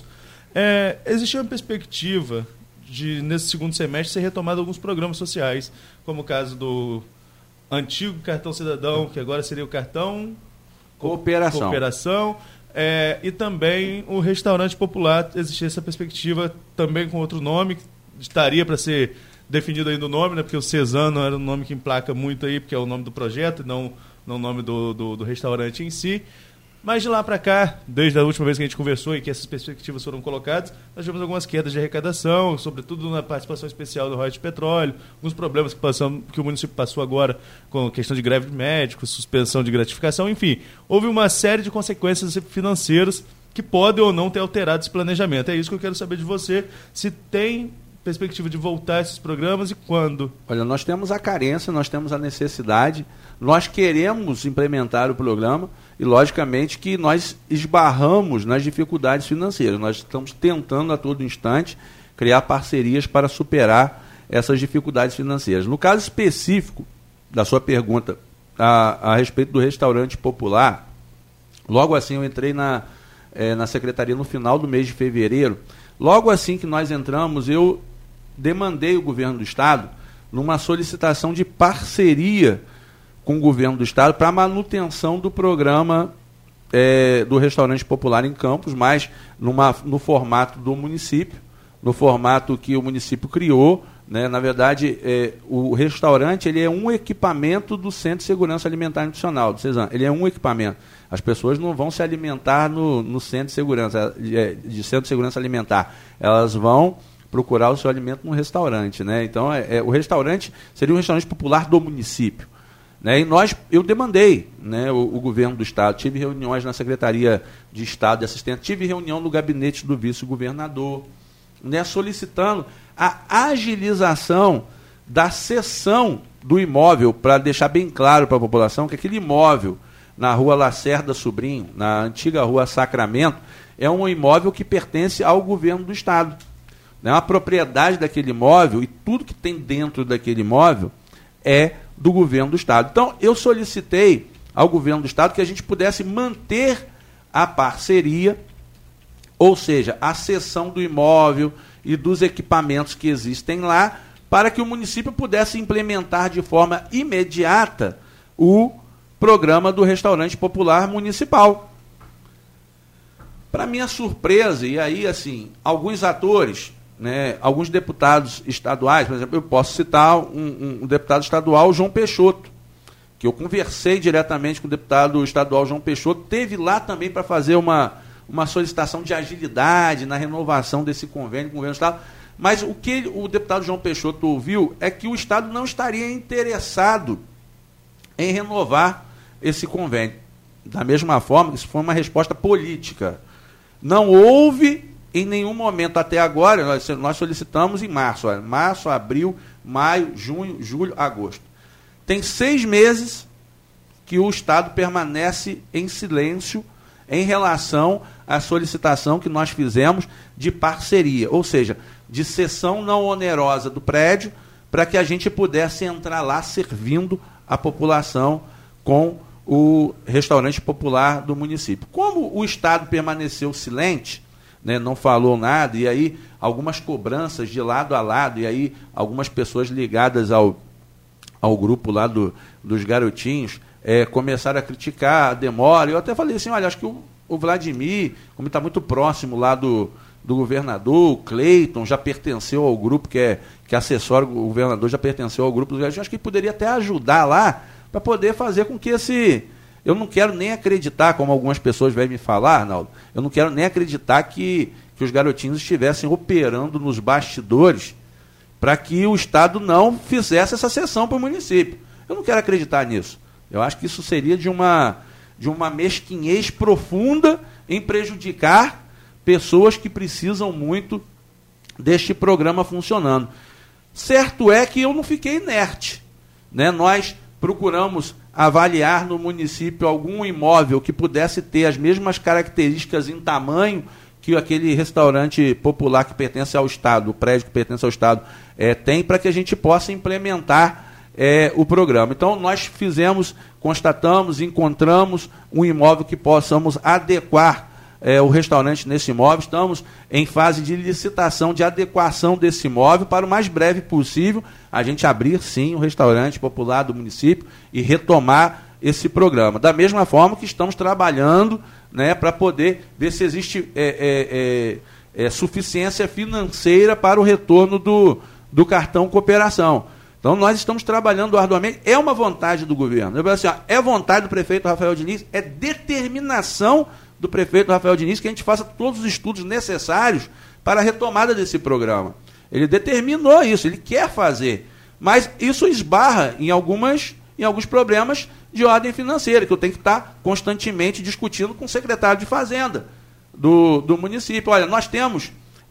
É, existe uma perspectiva de, nesse segundo semestre, ser retomado alguns programas sociais, como o caso do antigo Cartão Cidadão, que agora seria o Cartão Cooperação, Cooperação é, e também o Restaurante Popular. Existia essa perspectiva também com outro nome, que estaria para ser definido ainda o nome, né, porque o Cesano era um nome que emplaca muito aí, porque é o nome do projeto, não, não o nome do, do, do restaurante em si. Mas de lá para cá, desde a última vez que a gente conversou e que essas perspectivas foram colocadas, nós tivemos algumas quedas de arrecadação, sobretudo na participação especial do royalties de petróleo, alguns problemas que, passamos, que o município passou agora com a questão de greve de médicos, suspensão de gratificação, enfim. Houve uma série de consequências financeiras que podem ou não ter alterado esse planejamento. É isso que eu quero saber de você, se tem perspectiva de voltar a esses programas e quando? Olha, nós temos a carência, nós temos a necessidade, nós queremos implementar o programa e, logicamente, que nós esbarramos nas dificuldades financeiras. Nós estamos tentando a todo instante criar parcerias para superar essas dificuldades financeiras. No caso específico da sua pergunta a, a respeito do restaurante popular, logo assim eu entrei na, eh, na secretaria no final do mês de fevereiro. Logo assim que nós entramos, eu demandei o governo do Estado numa solicitação de parceria com o governo do Estado para a manutenção do programa é, do restaurante popular em Campos, mas numa, no formato do município, no formato que o município criou, né? Na verdade, é, o restaurante ele é um equipamento do Centro de Segurança Alimentar e Nutricional, do CESAN. Ele é um equipamento. As pessoas não vão se alimentar no, no Centro de Segurança, de, de Centro de Segurança Alimentar. Elas vão procurar o seu alimento num restaurante, né? Então, é, é, o restaurante seria um restaurante popular do município. Né? E nós, eu demandei, né, o, o governo do Estado, tive reuniões na Secretaria de Estado de Assistência, tive reunião no gabinete do vice-governador, né, solicitando a agilização da cessão do imóvel, para deixar bem claro para a população que aquele imóvel na rua Lacerda Sobrinho, na antiga rua Sacramento, é um imóvel que pertence ao governo do Estado. Né? A propriedade daquele imóvel e tudo que tem dentro daquele imóvel é do governo do Estado. Então, eu solicitei ao governo do Estado que a gente pudesse manter a parceria, ou seja, a cessão do imóvel e dos equipamentos que existem lá, para que o município pudesse implementar de forma imediata o programa do restaurante popular municipal. Para minha surpresa, e aí, assim, alguns atores, né, alguns deputados estaduais, por exemplo, eu posso citar um, um, um deputado estadual, João Peixoto, que eu conversei diretamente com o deputado estadual João Peixoto, teve lá também para fazer uma, uma solicitação de agilidade na renovação desse convênio com o governo do Estado, mas o que ele, o deputado João Peixoto ouviu é que o Estado não estaria interessado em renovar esse convênio. Da mesma forma, isso foi uma resposta política. Não houve em nenhum momento até agora, nós, nós solicitamos em março, olha, março, abril, maio, junho, julho, agosto. Tem seis meses que o Estado permanece em silêncio em relação à solicitação que nós fizemos de parceria, ou seja, de cessão não onerosa do prédio, para que a gente pudesse entrar lá servindo a população com o restaurante popular do município. Como o Estado permaneceu silente, né, não falou nada, e aí algumas cobranças de lado a lado, e aí algumas pessoas ligadas ao, ao grupo lá do, dos garotinhos é, começaram a criticar a demora. Eu até falei assim, olha, acho que o, o Vladimir, como está muito próximo lá do, do governador, o Cleiton já pertenceu ao grupo, que é que assessora o governador, já pertenceu ao grupo dos garotinhos, acho que ele poderia até ajudar lá, para poder fazer com que esse... Eu não quero nem acreditar, como algumas pessoas vêm me falar, Arnaldo, eu não quero nem acreditar que, que os garotinhos estivessem operando nos bastidores para que o Estado não fizesse essa cessão para o município. Eu não quero acreditar nisso. Eu acho que isso seria de uma, de uma mesquinhez profunda em prejudicar pessoas que precisam muito deste programa funcionando. Certo é que eu não fiquei inerte, né? Nós procuramos avaliar no município algum imóvel que pudesse ter as mesmas características em tamanho que aquele restaurante popular que pertence ao Estado, o prédio que pertence ao Estado, é, tem, para que a gente possa implementar é, o programa. Então, nós fizemos, constatamos, encontramos um imóvel que possamos adequar é, o restaurante nesse imóvel. Estamos em fase de licitação, de adequação desse imóvel, para o mais breve possível a gente abrir, sim, o restaurante popular do município e retomar esse programa. Da mesma forma que estamos trabalhando, né, para poder ver se existe é, é, é, é, suficiência financeira para o retorno do, do cartão cooperação. Então, nós estamos trabalhando arduamente. É uma vontade do governo. Eu assim, ó, é vontade do prefeito Rafael Diniz, é determinação do prefeito Rafael Diniz que a gente faça todos os estudos necessários para a retomada desse programa. Ele determinou isso, ele quer fazer. Mas isso esbarra em, algumas, em alguns problemas de ordem financeira, que eu tenho que estar constantemente discutindo com o secretário de Fazenda do, do município. Olha, nós temos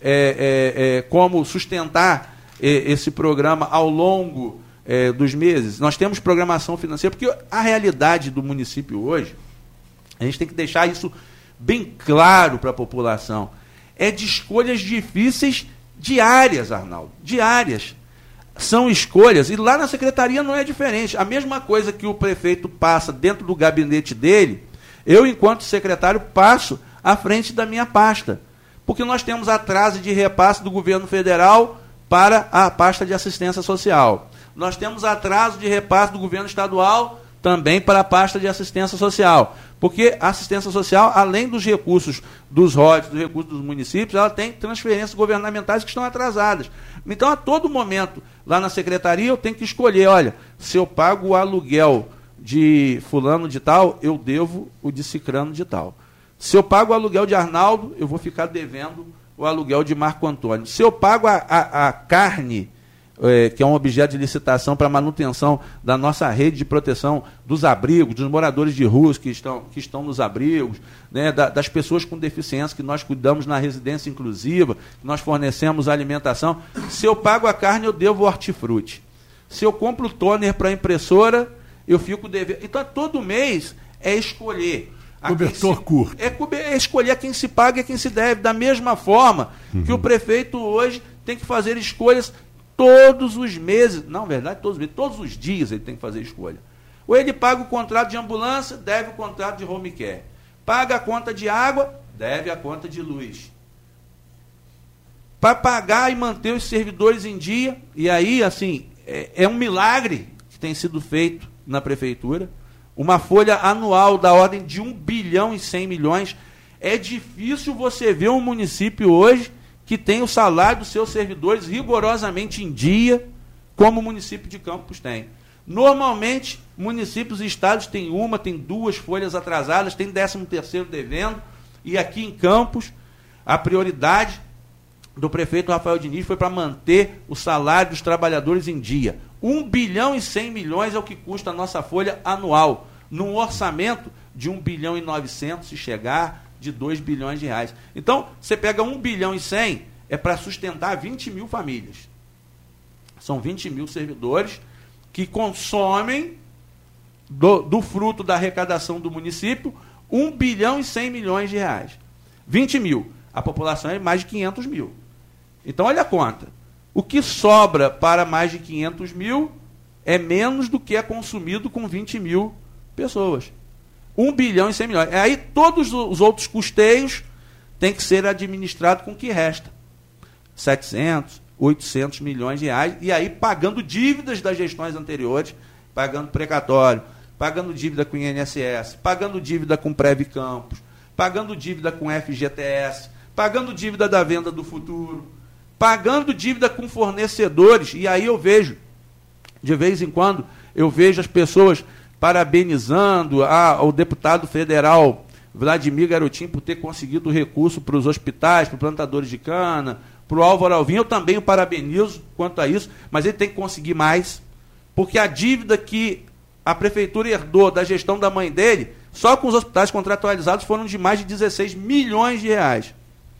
é, é, é, como sustentar é, esse programa ao longo é, dos meses. Nós temos programação financeira, porque a realidade do município hoje, a gente tem que deixar isso bem claro para a população, é de escolhas difíceis diárias, Arnaldo, diárias. São escolhas, e lá na secretaria não é diferente. A mesma coisa que o prefeito passa dentro do gabinete dele, eu, enquanto secretário, passo à frente da minha pasta. Porque nós temos atraso de repasse do governo federal para a pasta de assistência social. Nós temos atraso de repasse do governo estadual também para a pasta de assistência social. Porque a assistência social, além dos recursos dos royalties, dos recursos dos municípios, ela tem transferências governamentais que estão atrasadas. Então, a todo momento, lá na secretaria, eu tenho que escolher, olha, se eu pago o aluguel de fulano de tal, eu devo o de cicrano de tal. Se eu pago o aluguel de Arnaldo, eu vou ficar devendo o aluguel de Marco Antônio. Se eu pago a, a, a carne, é, que é um objeto de licitação para manutenção da nossa rede de proteção dos abrigos, dos moradores de ruas que estão, que estão nos abrigos, né, da, das pessoas com deficiência que nós cuidamos na residência inclusiva, que nós fornecemos alimentação. Se eu pago a carne, eu devo o hortifruti. Se eu compro toner para a impressora, eu fico devendo. Então, todo mês é escolher. Cobertor curto. É, é escolher a quem se paga e a quem se deve. Da mesma forma uhum. que o prefeito hoje tem que fazer escolhas todos os meses. Não, na verdade, todos os meses, todos os dias ele tem que fazer escolha. Ou ele paga o contrato de ambulância, deve o contrato de home care. Paga a conta de água, deve a conta de luz. Para pagar e manter os servidores em dia, e aí, assim, é, é um milagre que tem sido feito na prefeitura. Uma folha anual da ordem de um bilhão e cem milhões. É difícil você ver um município hoje que tem o salário dos seus servidores rigorosamente em dia, como o município de Campos tem. Normalmente, municípios e estados têm uma, tem duas folhas atrasadas, tem décimo terceiro devendo, e aqui em Campos, a prioridade do prefeito Rafael Diniz foi para manter o salário dos trabalhadores em dia. um bilhão e cem milhões é o que custa a nossa folha anual, num orçamento de um bilhão e novecentos, se chegar de dois bilhões de reais. Então, você pega um bilhão e cem, é para sustentar vinte mil famílias. São vinte mil servidores que consomem do, do fruto da arrecadação do município um bilhão e cem milhões de reais. vinte mil. A população é mais de quinhentos mil. Então, olha a conta. O que sobra para mais de quinhentos mil é menos do que é consumido com vinte mil pessoas. um bilhão e cem milhões. Aí todos os outros custeios têm que ser administrados com o que resta. setecentos, oitocentos milhões de reais, e aí pagando dívidas das gestões anteriores, pagando precatório, pagando dívida com o I N S S, pagando dívida com Prev Campos, pagando dívida com F G T S, pagando dívida da venda do futuro, pagando dívida com fornecedores. E aí eu vejo, de vez em quando, eu vejo as pessoas parabenizando a, o deputado federal Vladimir Garotinho por ter conseguido recurso para os hospitais, para os plantadores de cana, para o Álvaro Alvim. Eu também o parabenizo quanto a isso, mas ele tem que conseguir mais, porque a dívida que a prefeitura herdou da gestão da mãe dele, só com os hospitais contratualizados, foram de mais de dezesseis milhões de reais.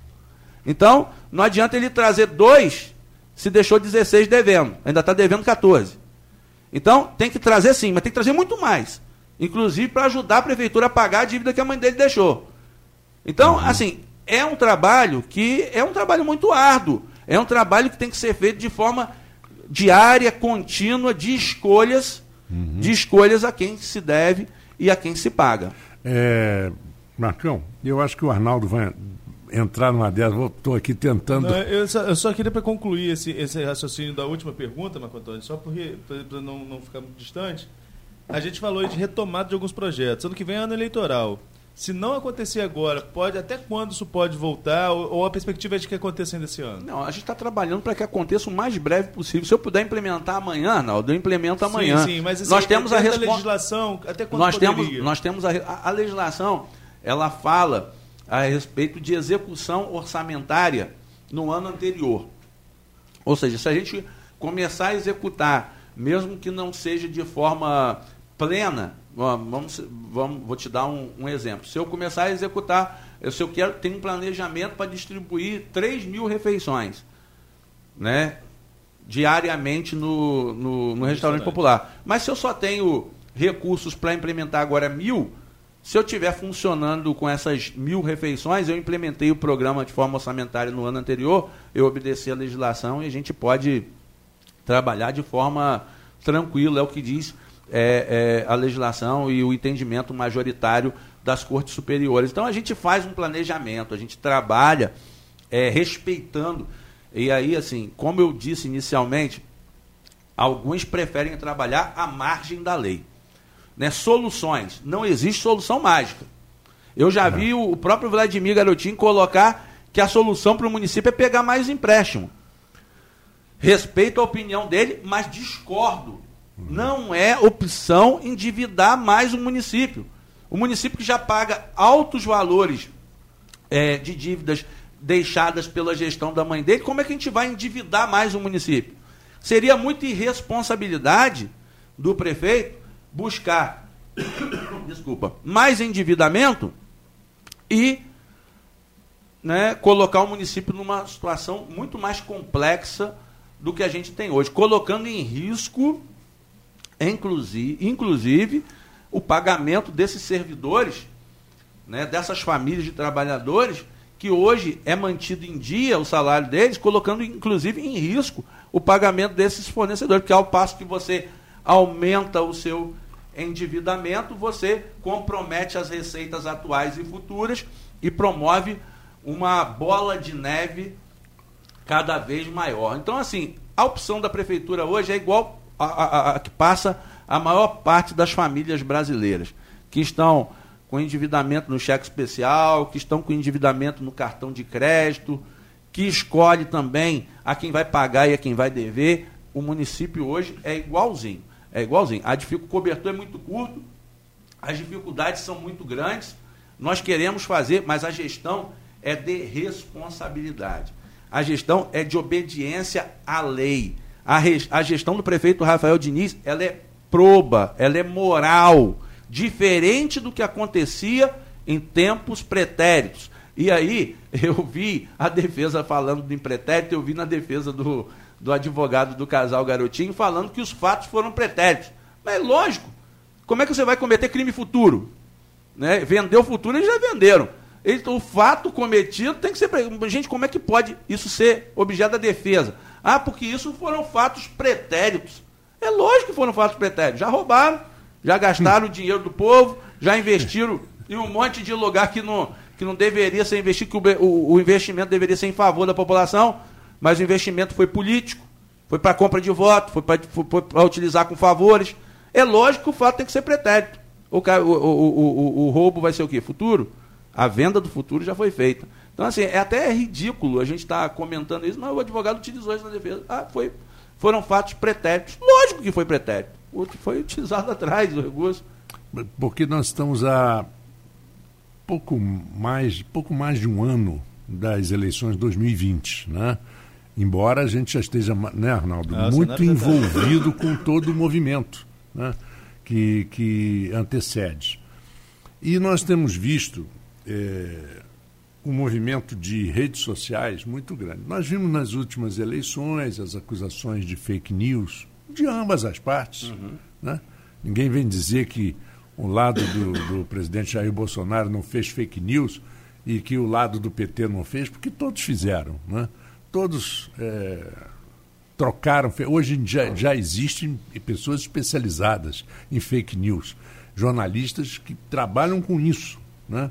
Então, não adianta ele trazer dois, se deixou dezesseis devendo, ainda está devendo quatorze. Então, tem que trazer sim, mas tem que trazer muito mais, inclusive para ajudar a prefeitura a pagar a dívida que a mãe dele deixou. Então, uhum. assim, é um trabalho que é um trabalho muito árduo, é um trabalho que tem que ser feito de forma diária, contínua, de escolhas, uhum. de escolhas a quem se deve e a quem se paga. É, Marcão, eu acho que o Arnaldo vai entrar numa dessas, estou aqui tentando... Não, eu, só, eu só queria para concluir esse, esse raciocínio da última pergunta, Marco Antônio, só para não, não ficar muito distante. A gente falou de retomada de alguns projetos. Ano que vem é ano eleitoral. Se não acontecer agora, pode, até quando isso pode voltar? Ou, ou a perspectiva é de que aconteça ainda esse ano? Não, a gente está trabalhando para que aconteça o mais breve possível. Se eu puder implementar amanhã, Arnaldo, eu implemento amanhã. Sim, sim, mas assim, nós temos a respo... legislação, até quando nós poderia? temos, nós temos a, a, a legislação, ela fala a respeito de execução orçamentária no ano anterior. Ou seja, se a gente começar a executar, mesmo que não seja de forma plena, vamos, vamos, vou te dar um, um exemplo. Se eu começar a executar, se eu quero ter um planejamento para distribuir três mil refeições, né, diariamente no, no, no restaurante popular. Mas se eu só tenho recursos para implementar agora mil, se eu estiver funcionando com essas mil refeições, eu implementei o programa de forma orçamentária no ano anterior, eu obedeci a legislação e a gente pode trabalhar de forma tranquila, é o que diz é, é, a legislação e o entendimento majoritário das cortes superiores. Então a gente faz um planejamento, a gente trabalha é, respeitando, e aí assim, como eu disse inicialmente, alguns preferem trabalhar à margem da lei. Né, soluções. Não existe solução mágica. Eu já vi o, o próprio Vladimir Garotinho colocar que a solução para o município é pegar mais empréstimo. Respeito a opinião dele, mas discordo. Não é opção endividar mais o município. O município que já paga altos valores é, de dívidas deixadas pela gestão da mãe dele, como é que a gente vai endividar mais o município? Seria muita irresponsabilidade do prefeito buscar desculpa, mais endividamento e, né, colocar o município numa situação muito mais complexa do que a gente tem hoje, colocando em risco, inclusive, inclusive o pagamento desses servidores, né, dessas famílias de trabalhadores, que hoje é mantido em dia o salário deles, colocando inclusive em risco o pagamento desses fornecedores, porque ao passo que você aumenta o seu endividamento, você compromete as receitas atuais e futuras e promove uma bola de neve cada vez maior. Então, assim, a opção da prefeitura hoje é igual a, a, a que passa a maior parte das famílias brasileiras, que estão com endividamento no cheque especial, que estão com endividamento no cartão de crédito, que escolhe também a quem vai pagar e a quem vai dever. O município hoje é igualzinho. É igualzinho. A dificuldade, o cobertor é muito curto, as dificuldades são muito grandes, nós queremos fazer, mas a gestão é de responsabilidade. A gestão é de obediência à lei. A, res, a gestão do prefeito Rafael Diniz, ela é proba, ela é moral, diferente do que acontecia em tempos pretéritos. E aí, eu vi a defesa falando do impretérito, eu vi na defesa do... do advogado do casal Garotinho, falando que os fatos foram pretéritos. Mas é lógico, como é que você vai cometer crime futuro? Né? Vender o futuro, eles já venderam. Então, o fato cometido tem que ser... Gente, como é que pode isso ser objeto da defesa? Ah, porque isso foram fatos pretéritos. É lógico que foram fatos pretéritos. Já roubaram, já gastaram o dinheiro do povo, já investiram em um monte de lugar que não, que não deveria ser investido, que o, o, o investimento deveria ser em favor da população, mas o investimento foi político, foi para compra de voto, foi para utilizar com favores. É lógico que o fato tem que ser pretérito. O, o, o, o, o roubo vai ser o quê? Futuro? A venda do futuro já foi feita. Então, assim, é até ridículo a gente estar tá comentando isso, mas o advogado utilizou isso na defesa. Ah, foi, foram fatos pretéritos. Lógico que foi pretérito. O que foi utilizado atrás do recurso. Porque nós estamos há pouco mais, pouco mais de um ano das eleições de dois mil e vinte, né? Embora a gente já esteja, né, Arnaldo, ah, muito envolvido com todo o movimento, né, que, que antecede. E nós temos visto é, um movimento de redes sociais muito grande. Nós vimos nas últimas eleições as acusações de fake news de ambas as partes. Uhum. Né? Ninguém vem dizer que o lado do, do presidente Jair Bolsonaro não fez fake news e que o lado do P T não fez, porque todos fizeram, né? Todos é, trocaram. Hoje já, já existem pessoas especializadas em fake news, jornalistas que trabalham com isso, né?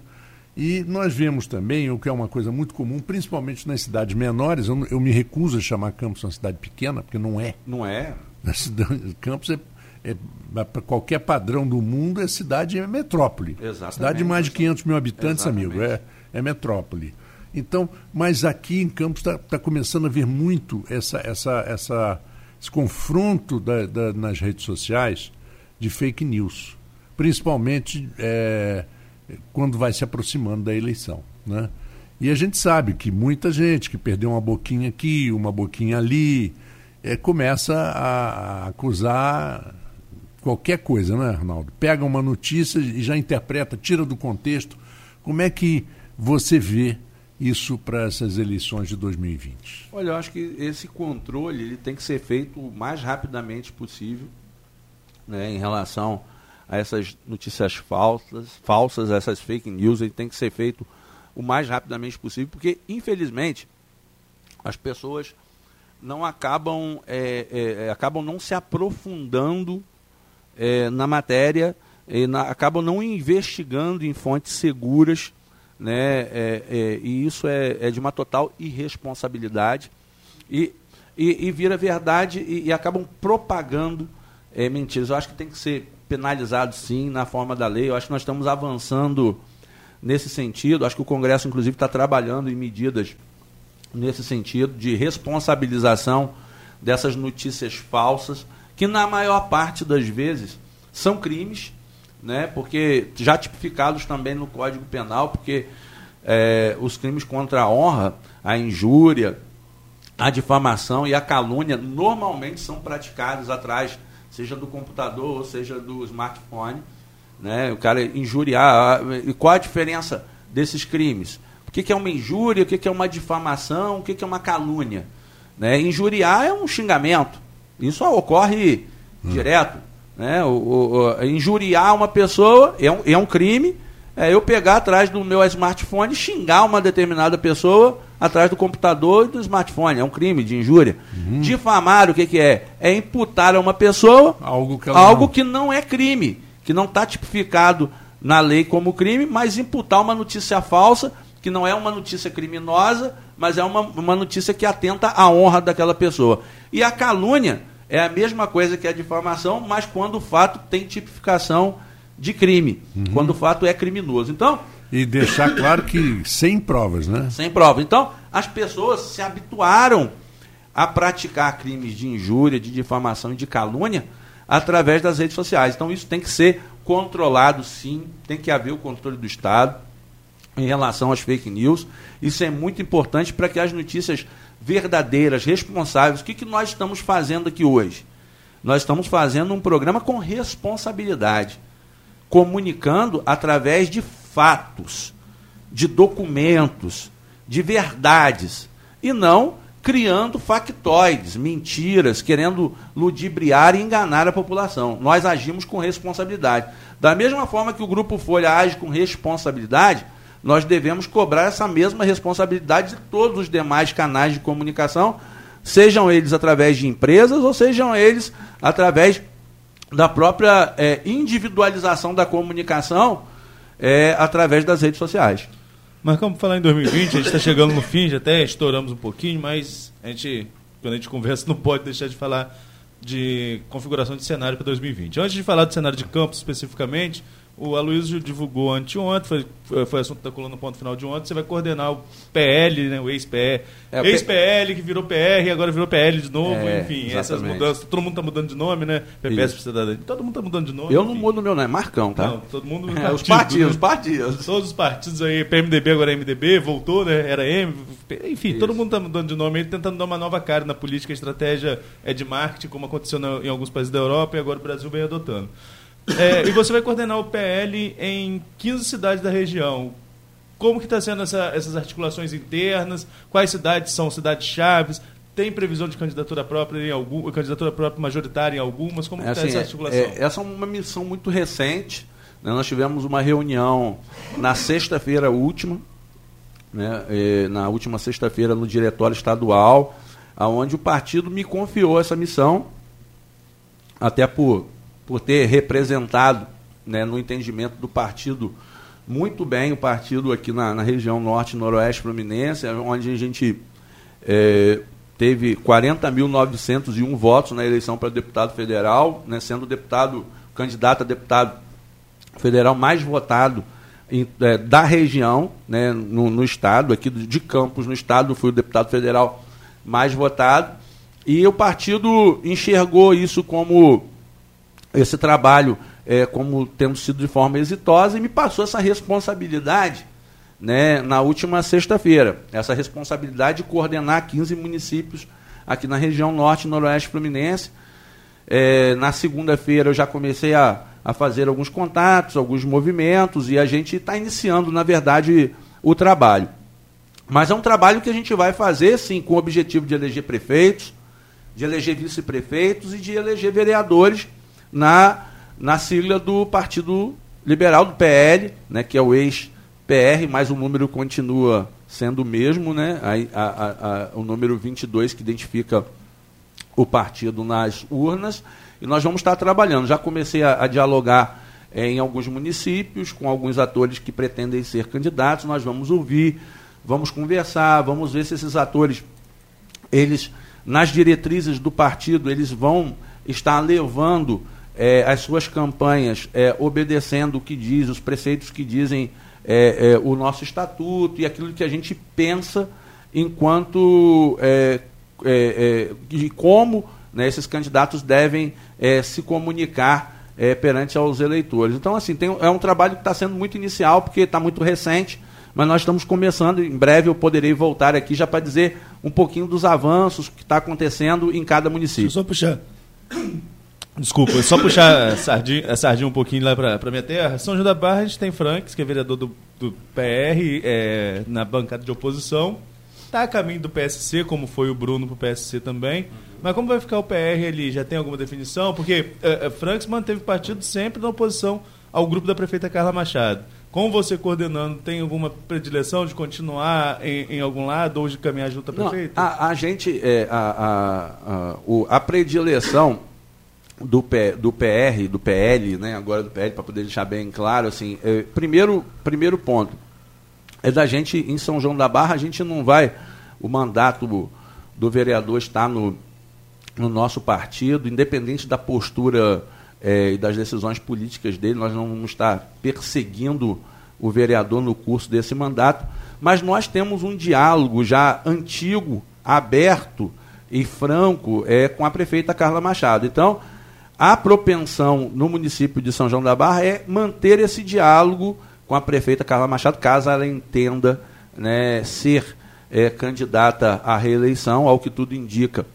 E nós vemos também, o que é uma coisa muito comum, principalmente nas cidades menores. Eu, eu me recuso a chamar Campos uma cidade pequena, porque não é. Não é. A cidade, Campos é, é para qualquer padrão do mundo, é cidade, é metrópole. Exatamente. Cidade de mais de quinhentos mil habitantes, Exatamente. amigo, é, é metrópole. Então, mas aqui em Campos está tá começando a ver muito essa, essa, essa, esse confronto da, da, nas redes sociais de fake news, principalmente é, quando vai se aproximando da eleição, né? E a gente sabe que muita gente que perdeu uma boquinha aqui, uma boquinha ali, é, começa a, a acusar qualquer coisa, né, Arnaldo? Pega uma notícia e já interpreta, tira do contexto. Como é que você vê isso para essas eleições de dois mil e vinte? Olha, eu acho que esse controle ele tem que ser feito o mais rapidamente possível, né, em relação a essas notícias falsas, falsas, essas fake news, ele tem que ser feito o mais rapidamente possível, porque, infelizmente, as pessoas não acabam, é, é, acabam não se aprofundando é, na matéria, e na, acabam não investigando em fontes seguras, né, é, é, e isso é, é de uma total irresponsabilidade, e, e, e vira verdade e, e acabam propagando é, mentiras. Eu acho que tem que ser penalizado, sim, na forma da lei. Eu acho que nós estamos avançando nesse sentido. Acho que o Congresso, inclusive, está trabalhando em medidas nesse sentido de responsabilização dessas notícias falsas, que na maior parte das vezes são crimes, né, porque já tipificados também no Código Penal, porque é, os crimes contra a honra, a injúria, a difamação e a calúnia normalmente são praticados atrás, seja do computador ou seja do smartphone, né? O cara injuriar. E qual a diferença desses crimes? O que, que é uma injúria, o que, que é uma difamação, o que, que é uma calúnia? Né? Injuriar é um xingamento. Isso ocorre hum. direto. Né? O, o, o, injuriar uma pessoa é um, é um crime. É eu pegar atrás do meu smartphone e xingar uma determinada pessoa atrás do computador e do smartphone. É um crime de injúria. Uhum. Difamar, o que, que é? É imputar a uma pessoa algo que, algo não... que não é crime, que não está tipificado na lei como crime, mas imputar uma notícia falsa, que não é uma notícia criminosa, mas é uma, uma notícia que atenta à honra daquela pessoa. E a calúnia é a mesma coisa que a difamação, mas quando o fato tem tipificação de crime, uhum. quando o fato é criminoso. Então, e deixar claro que sem provas, né? Sem provas. Então, as pessoas se habituaram a praticar crimes de injúria, de difamação e de calúnia através das redes sociais. Então, isso tem que ser controlado, sim, tem que haver o controle do Estado em relação às fake news. Isso é muito importante para que as notícias verdadeiras, responsáveis... O que, que nós estamos fazendo aqui hoje? Nós estamos fazendo um programa com responsabilidade, comunicando através de fatos, de documentos, de verdades, e não criando factoides, mentiras, querendo ludibriar e enganar a população. Nós agimos com responsabilidade. Da mesma forma que o Grupo Folha age com responsabilidade, nós devemos cobrar essa mesma responsabilidade de todos os demais canais de comunicação, sejam eles através de empresas ou sejam eles através da própria é, individualização da comunicação é, através das redes sociais. Marcão, por falar em dois mil e vinte, a gente está chegando no fim, já até estouramos um pouquinho, mas a gente, quando a gente conversa, não pode deixar de falar de configuração de cenário para dois mil e vinte. Antes de falar do cenário de campo especificamente, o Aloysio divulgou anteontem, foi, foi, foi assunto da coluna Ponto Final de ontem, você vai coordenar o P L, né, o ex-P R, é, ex-P L que virou P R e agora virou P L de novo, é, enfim, exatamente. Essas mudanças, todo mundo está mudando de nome, né? P P S para cidadania, todo mundo está mudando de nome. Eu enfim. Não mudo meu nome, é Marcão, tá? Não, todo mundo... É, partido, os partidos, né? os partidos. Todos os partidos aí, P M D B agora é M D B, voltou, né? Era M, enfim, isso. Todo mundo está mudando de nome, tentando dar uma nova cara na política, a estratégia é de marketing, como aconteceu na, em alguns países da Europa e agora o Brasil vem adotando. É, e você vai coordenar o P L em quinze cidades da região. Como que está sendo essa, essas articulações internas? Quais cidades são cidades-chaves? Tem previsão de candidatura própria em algum, candidatura própria majoritária em algumas? Como é, está assim, essa articulação? É, essa é uma missão muito recente. Né? Nós tivemos uma reunião na sexta-feira última, né? e, na última sexta-feira no Diretório Estadual, onde o partido me confiou essa missão, até por... por ter representado, né, no entendimento do partido muito bem, o partido aqui na, na região norte e noroeste fluminense, onde a gente é, teve quarenta mil novecentos e um votos na eleição para deputado federal, né, sendo o deputado, candidato a deputado federal mais votado em, é, da região, né, no, no estado, aqui de Campos, no estado, fui o deputado federal mais votado, e o partido enxergou isso como... esse trabalho é, como tendo sido de forma exitosa e me passou essa responsabilidade, né, na última sexta-feira. Essa responsabilidade de coordenar quinze municípios aqui na região norte e noroeste fluminense. É, na segunda-feira eu já comecei a, a fazer alguns contatos, alguns movimentos e a gente está iniciando, na verdade, o trabalho. Mas é um trabalho que a gente vai fazer, sim, com o objetivo de eleger prefeitos, de eleger vice-prefeitos e de eleger vereadores Na, na sigla do Partido Liberal, do P L, né, que é o ex-P R, mas o número continua sendo o mesmo, né, a, a, a, o número vinte e dois que identifica o partido nas urnas, e nós vamos estar trabalhando. Já comecei a, a dialogar é, em alguns municípios com alguns atores que pretendem ser candidatos, nós vamos ouvir, vamos conversar, vamos ver se esses atores, eles, nas diretrizes do partido, eles vão estar levando É, as suas campanhas é, obedecendo o que diz, os preceitos que dizem é, é, o nosso estatuto e aquilo que a gente pensa enquanto é, é, é, de como, né, esses candidatos devem é, se comunicar é, perante aos eleitores. Então, assim, tem, é um trabalho que está sendo muito inicial, porque está muito recente, mas nós estamos começando. Em breve eu poderei voltar aqui já para dizer um pouquinho dos avanços que está acontecendo em cada município. Deixa eu só puxar... Desculpa, só puxar a sardinha, a sardinha um pouquinho lá para a minha terra. São João da Barra, a gente tem Franks, que é vereador do, do P R, é, na bancada de oposição. Está a caminho do P S C, como foi o Bruno para o P S C também. Mas como vai ficar o P R ali? Já tem alguma definição? Porque é, é, Franks manteve o partido sempre na oposição ao grupo da prefeita Carla Machado. Com você coordenando, tem alguma predileção de continuar em, em algum lado ou de caminhar junto à prefeita? Não, a, a gente, é, a, a, a, o, a predileção do, P, do P R, do P L, né, agora do P L, para poder deixar bem claro, assim, é, primeiro, primeiro ponto, é da gente, em São João da Barra, a gente não vai, o mandato do, do vereador está no, no nosso partido, independente da postura é, e das decisões políticas dele, nós não vamos estar perseguindo o vereador no curso desse mandato, mas nós temos um diálogo já antigo, aberto e franco é, com a prefeita Carla Machado. Então, a propensão no município de São João da Barra é manter esse diálogo com a prefeita Carla Machado, caso ela entenda, né, ser é, candidata à reeleição, ao que tudo indica.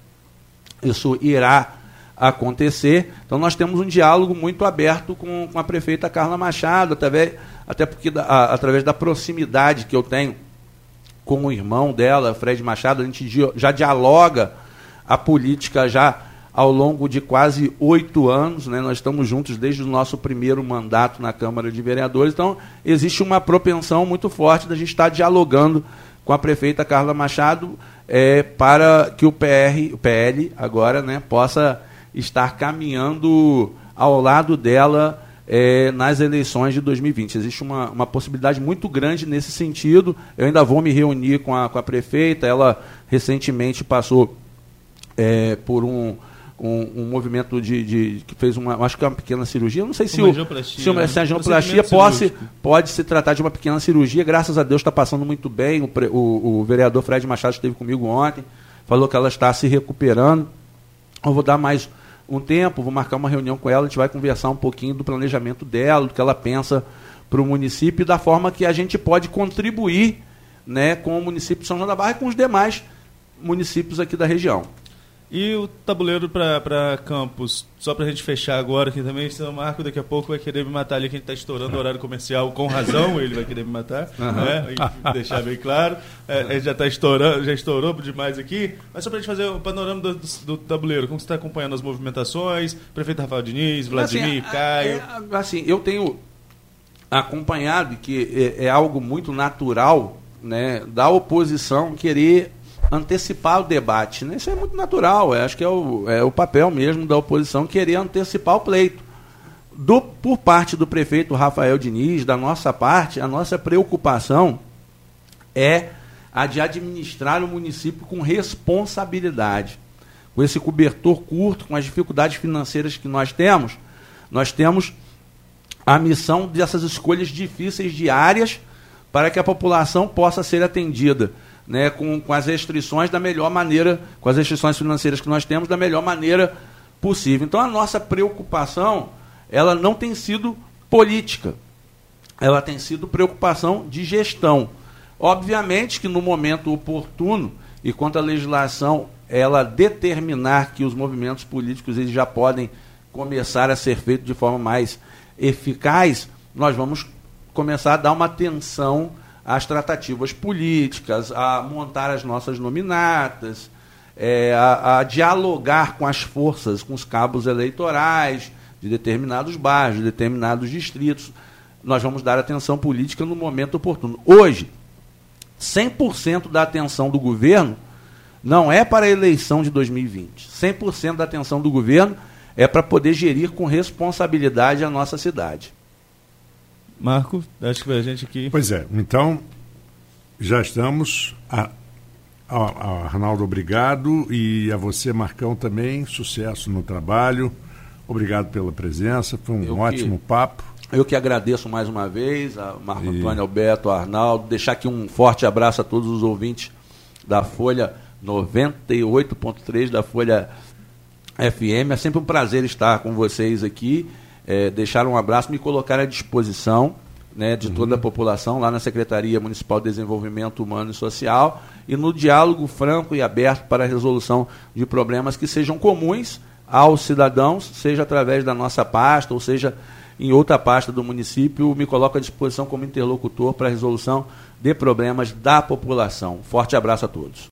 Isso irá acontecer. Então, nós temos um diálogo muito aberto com, com a prefeita Carla Machado, até, até porque da, a, através da proximidade que eu tenho com o irmão dela, Fred Machado, a gente já dialoga a política já ao longo de quase oito anos, né? Nós estamos juntos desde o nosso primeiro mandato na Câmara de Vereadores, então existe uma propensão muito forte da gente estar dialogando com a prefeita Carla Machado é, para que o P R, o P L agora, né, possa estar caminhando ao lado dela é, nas eleições de dois mil e vinte. Existe uma, uma possibilidade muito grande nesse sentido. Eu ainda vou me reunir com a, com a prefeita. Ela recentemente passou é, por um, um, um movimento de, de que fez uma, acho que é uma pequena cirurgia. Não sei se, o, se uma, se a angioplastia pode, pode se tratar de uma pequena cirurgia. Graças a Deus está passando muito bem. O, o, o vereador Fred Machado esteve comigo ontem, falou que ela está se recuperando. Eu vou dar mais um tempo, vou marcar uma reunião com ela, a gente vai conversar um pouquinho do planejamento dela, do que ela pensa para o município e da forma que a gente pode contribuir, né, com o município de São João da Barra e com os demais municípios aqui da região. E o tabuleiro para Campos, só para a gente fechar agora aqui também, senão o Marco daqui a pouco vai querer me matar ali, que a gente está estourando o horário comercial, com razão ele vai querer me matar, uhum. né? E deixar bem claro, é, a gente já está estourando, já estourou demais aqui, mas só para a gente fazer o panorama do, do, do tabuleiro, como você está acompanhando as movimentações, prefeito Rafael Diniz, Vladimir, assim, Caio... É, assim, eu tenho acompanhado que é, é algo muito natural, né, da oposição querer antecipar o debate, né? Isso é muito natural, eu acho que é o, é o papel mesmo da oposição querer antecipar o pleito. Do, por parte do prefeito Rafael Diniz, da nossa parte, a nossa preocupação é a de administrar o município com responsabilidade. Com esse cobertor curto, com as dificuldades financeiras que nós temos, nós temos a missão dessas escolhas difíceis diárias para que a população possa ser atendida, né, com, com as restrições da melhor maneira, com as restrições financeiras que nós temos, da melhor maneira possível. Então, a nossa preocupação, ela não tem sido política, ela tem sido preocupação de gestão. Obviamente que no momento oportuno, e quando a legislação ela determinar que os movimentos políticos eles já podem começar a ser feitos de forma mais eficaz, nós vamos começar a dar uma atenção às tratativas políticas, a montar as nossas nominatas, é, a, a dialogar com as forças, com os cabos eleitorais de determinados bairros, de determinados distritos. Nós vamos dar atenção política no momento oportuno. Hoje, cem por cento da atenção do governo não é para a eleição de dois mil e vinte. cem por cento da atenção do governo é para poder gerir com responsabilidade a nossa cidade. Marco, acho que a gente aqui... Pois é, então já estamos. A, a, a Arnaldo, obrigado, e a você, Marcão, também, sucesso no trabalho, obrigado pela presença, foi um eu ótimo que, papo. Eu que agradeço mais uma vez, a Marco e... Antônio, Alberto, a Arnaldo, deixar aqui um forte abraço a todos os ouvintes da Folha noventa e oito ponto três, da Folha F M, é sempre um prazer estar com vocês aqui. É, deixar um abraço, me colocar à disposição, né, de toda a população lá na Secretaria Municipal de Desenvolvimento Humano e Social e no diálogo franco e aberto para a resolução de problemas que sejam comuns aos cidadãos, seja através da nossa pasta ou seja em outra pasta do município. Me coloco à disposição como interlocutor para a resolução de problemas da população. Forte abraço a todos.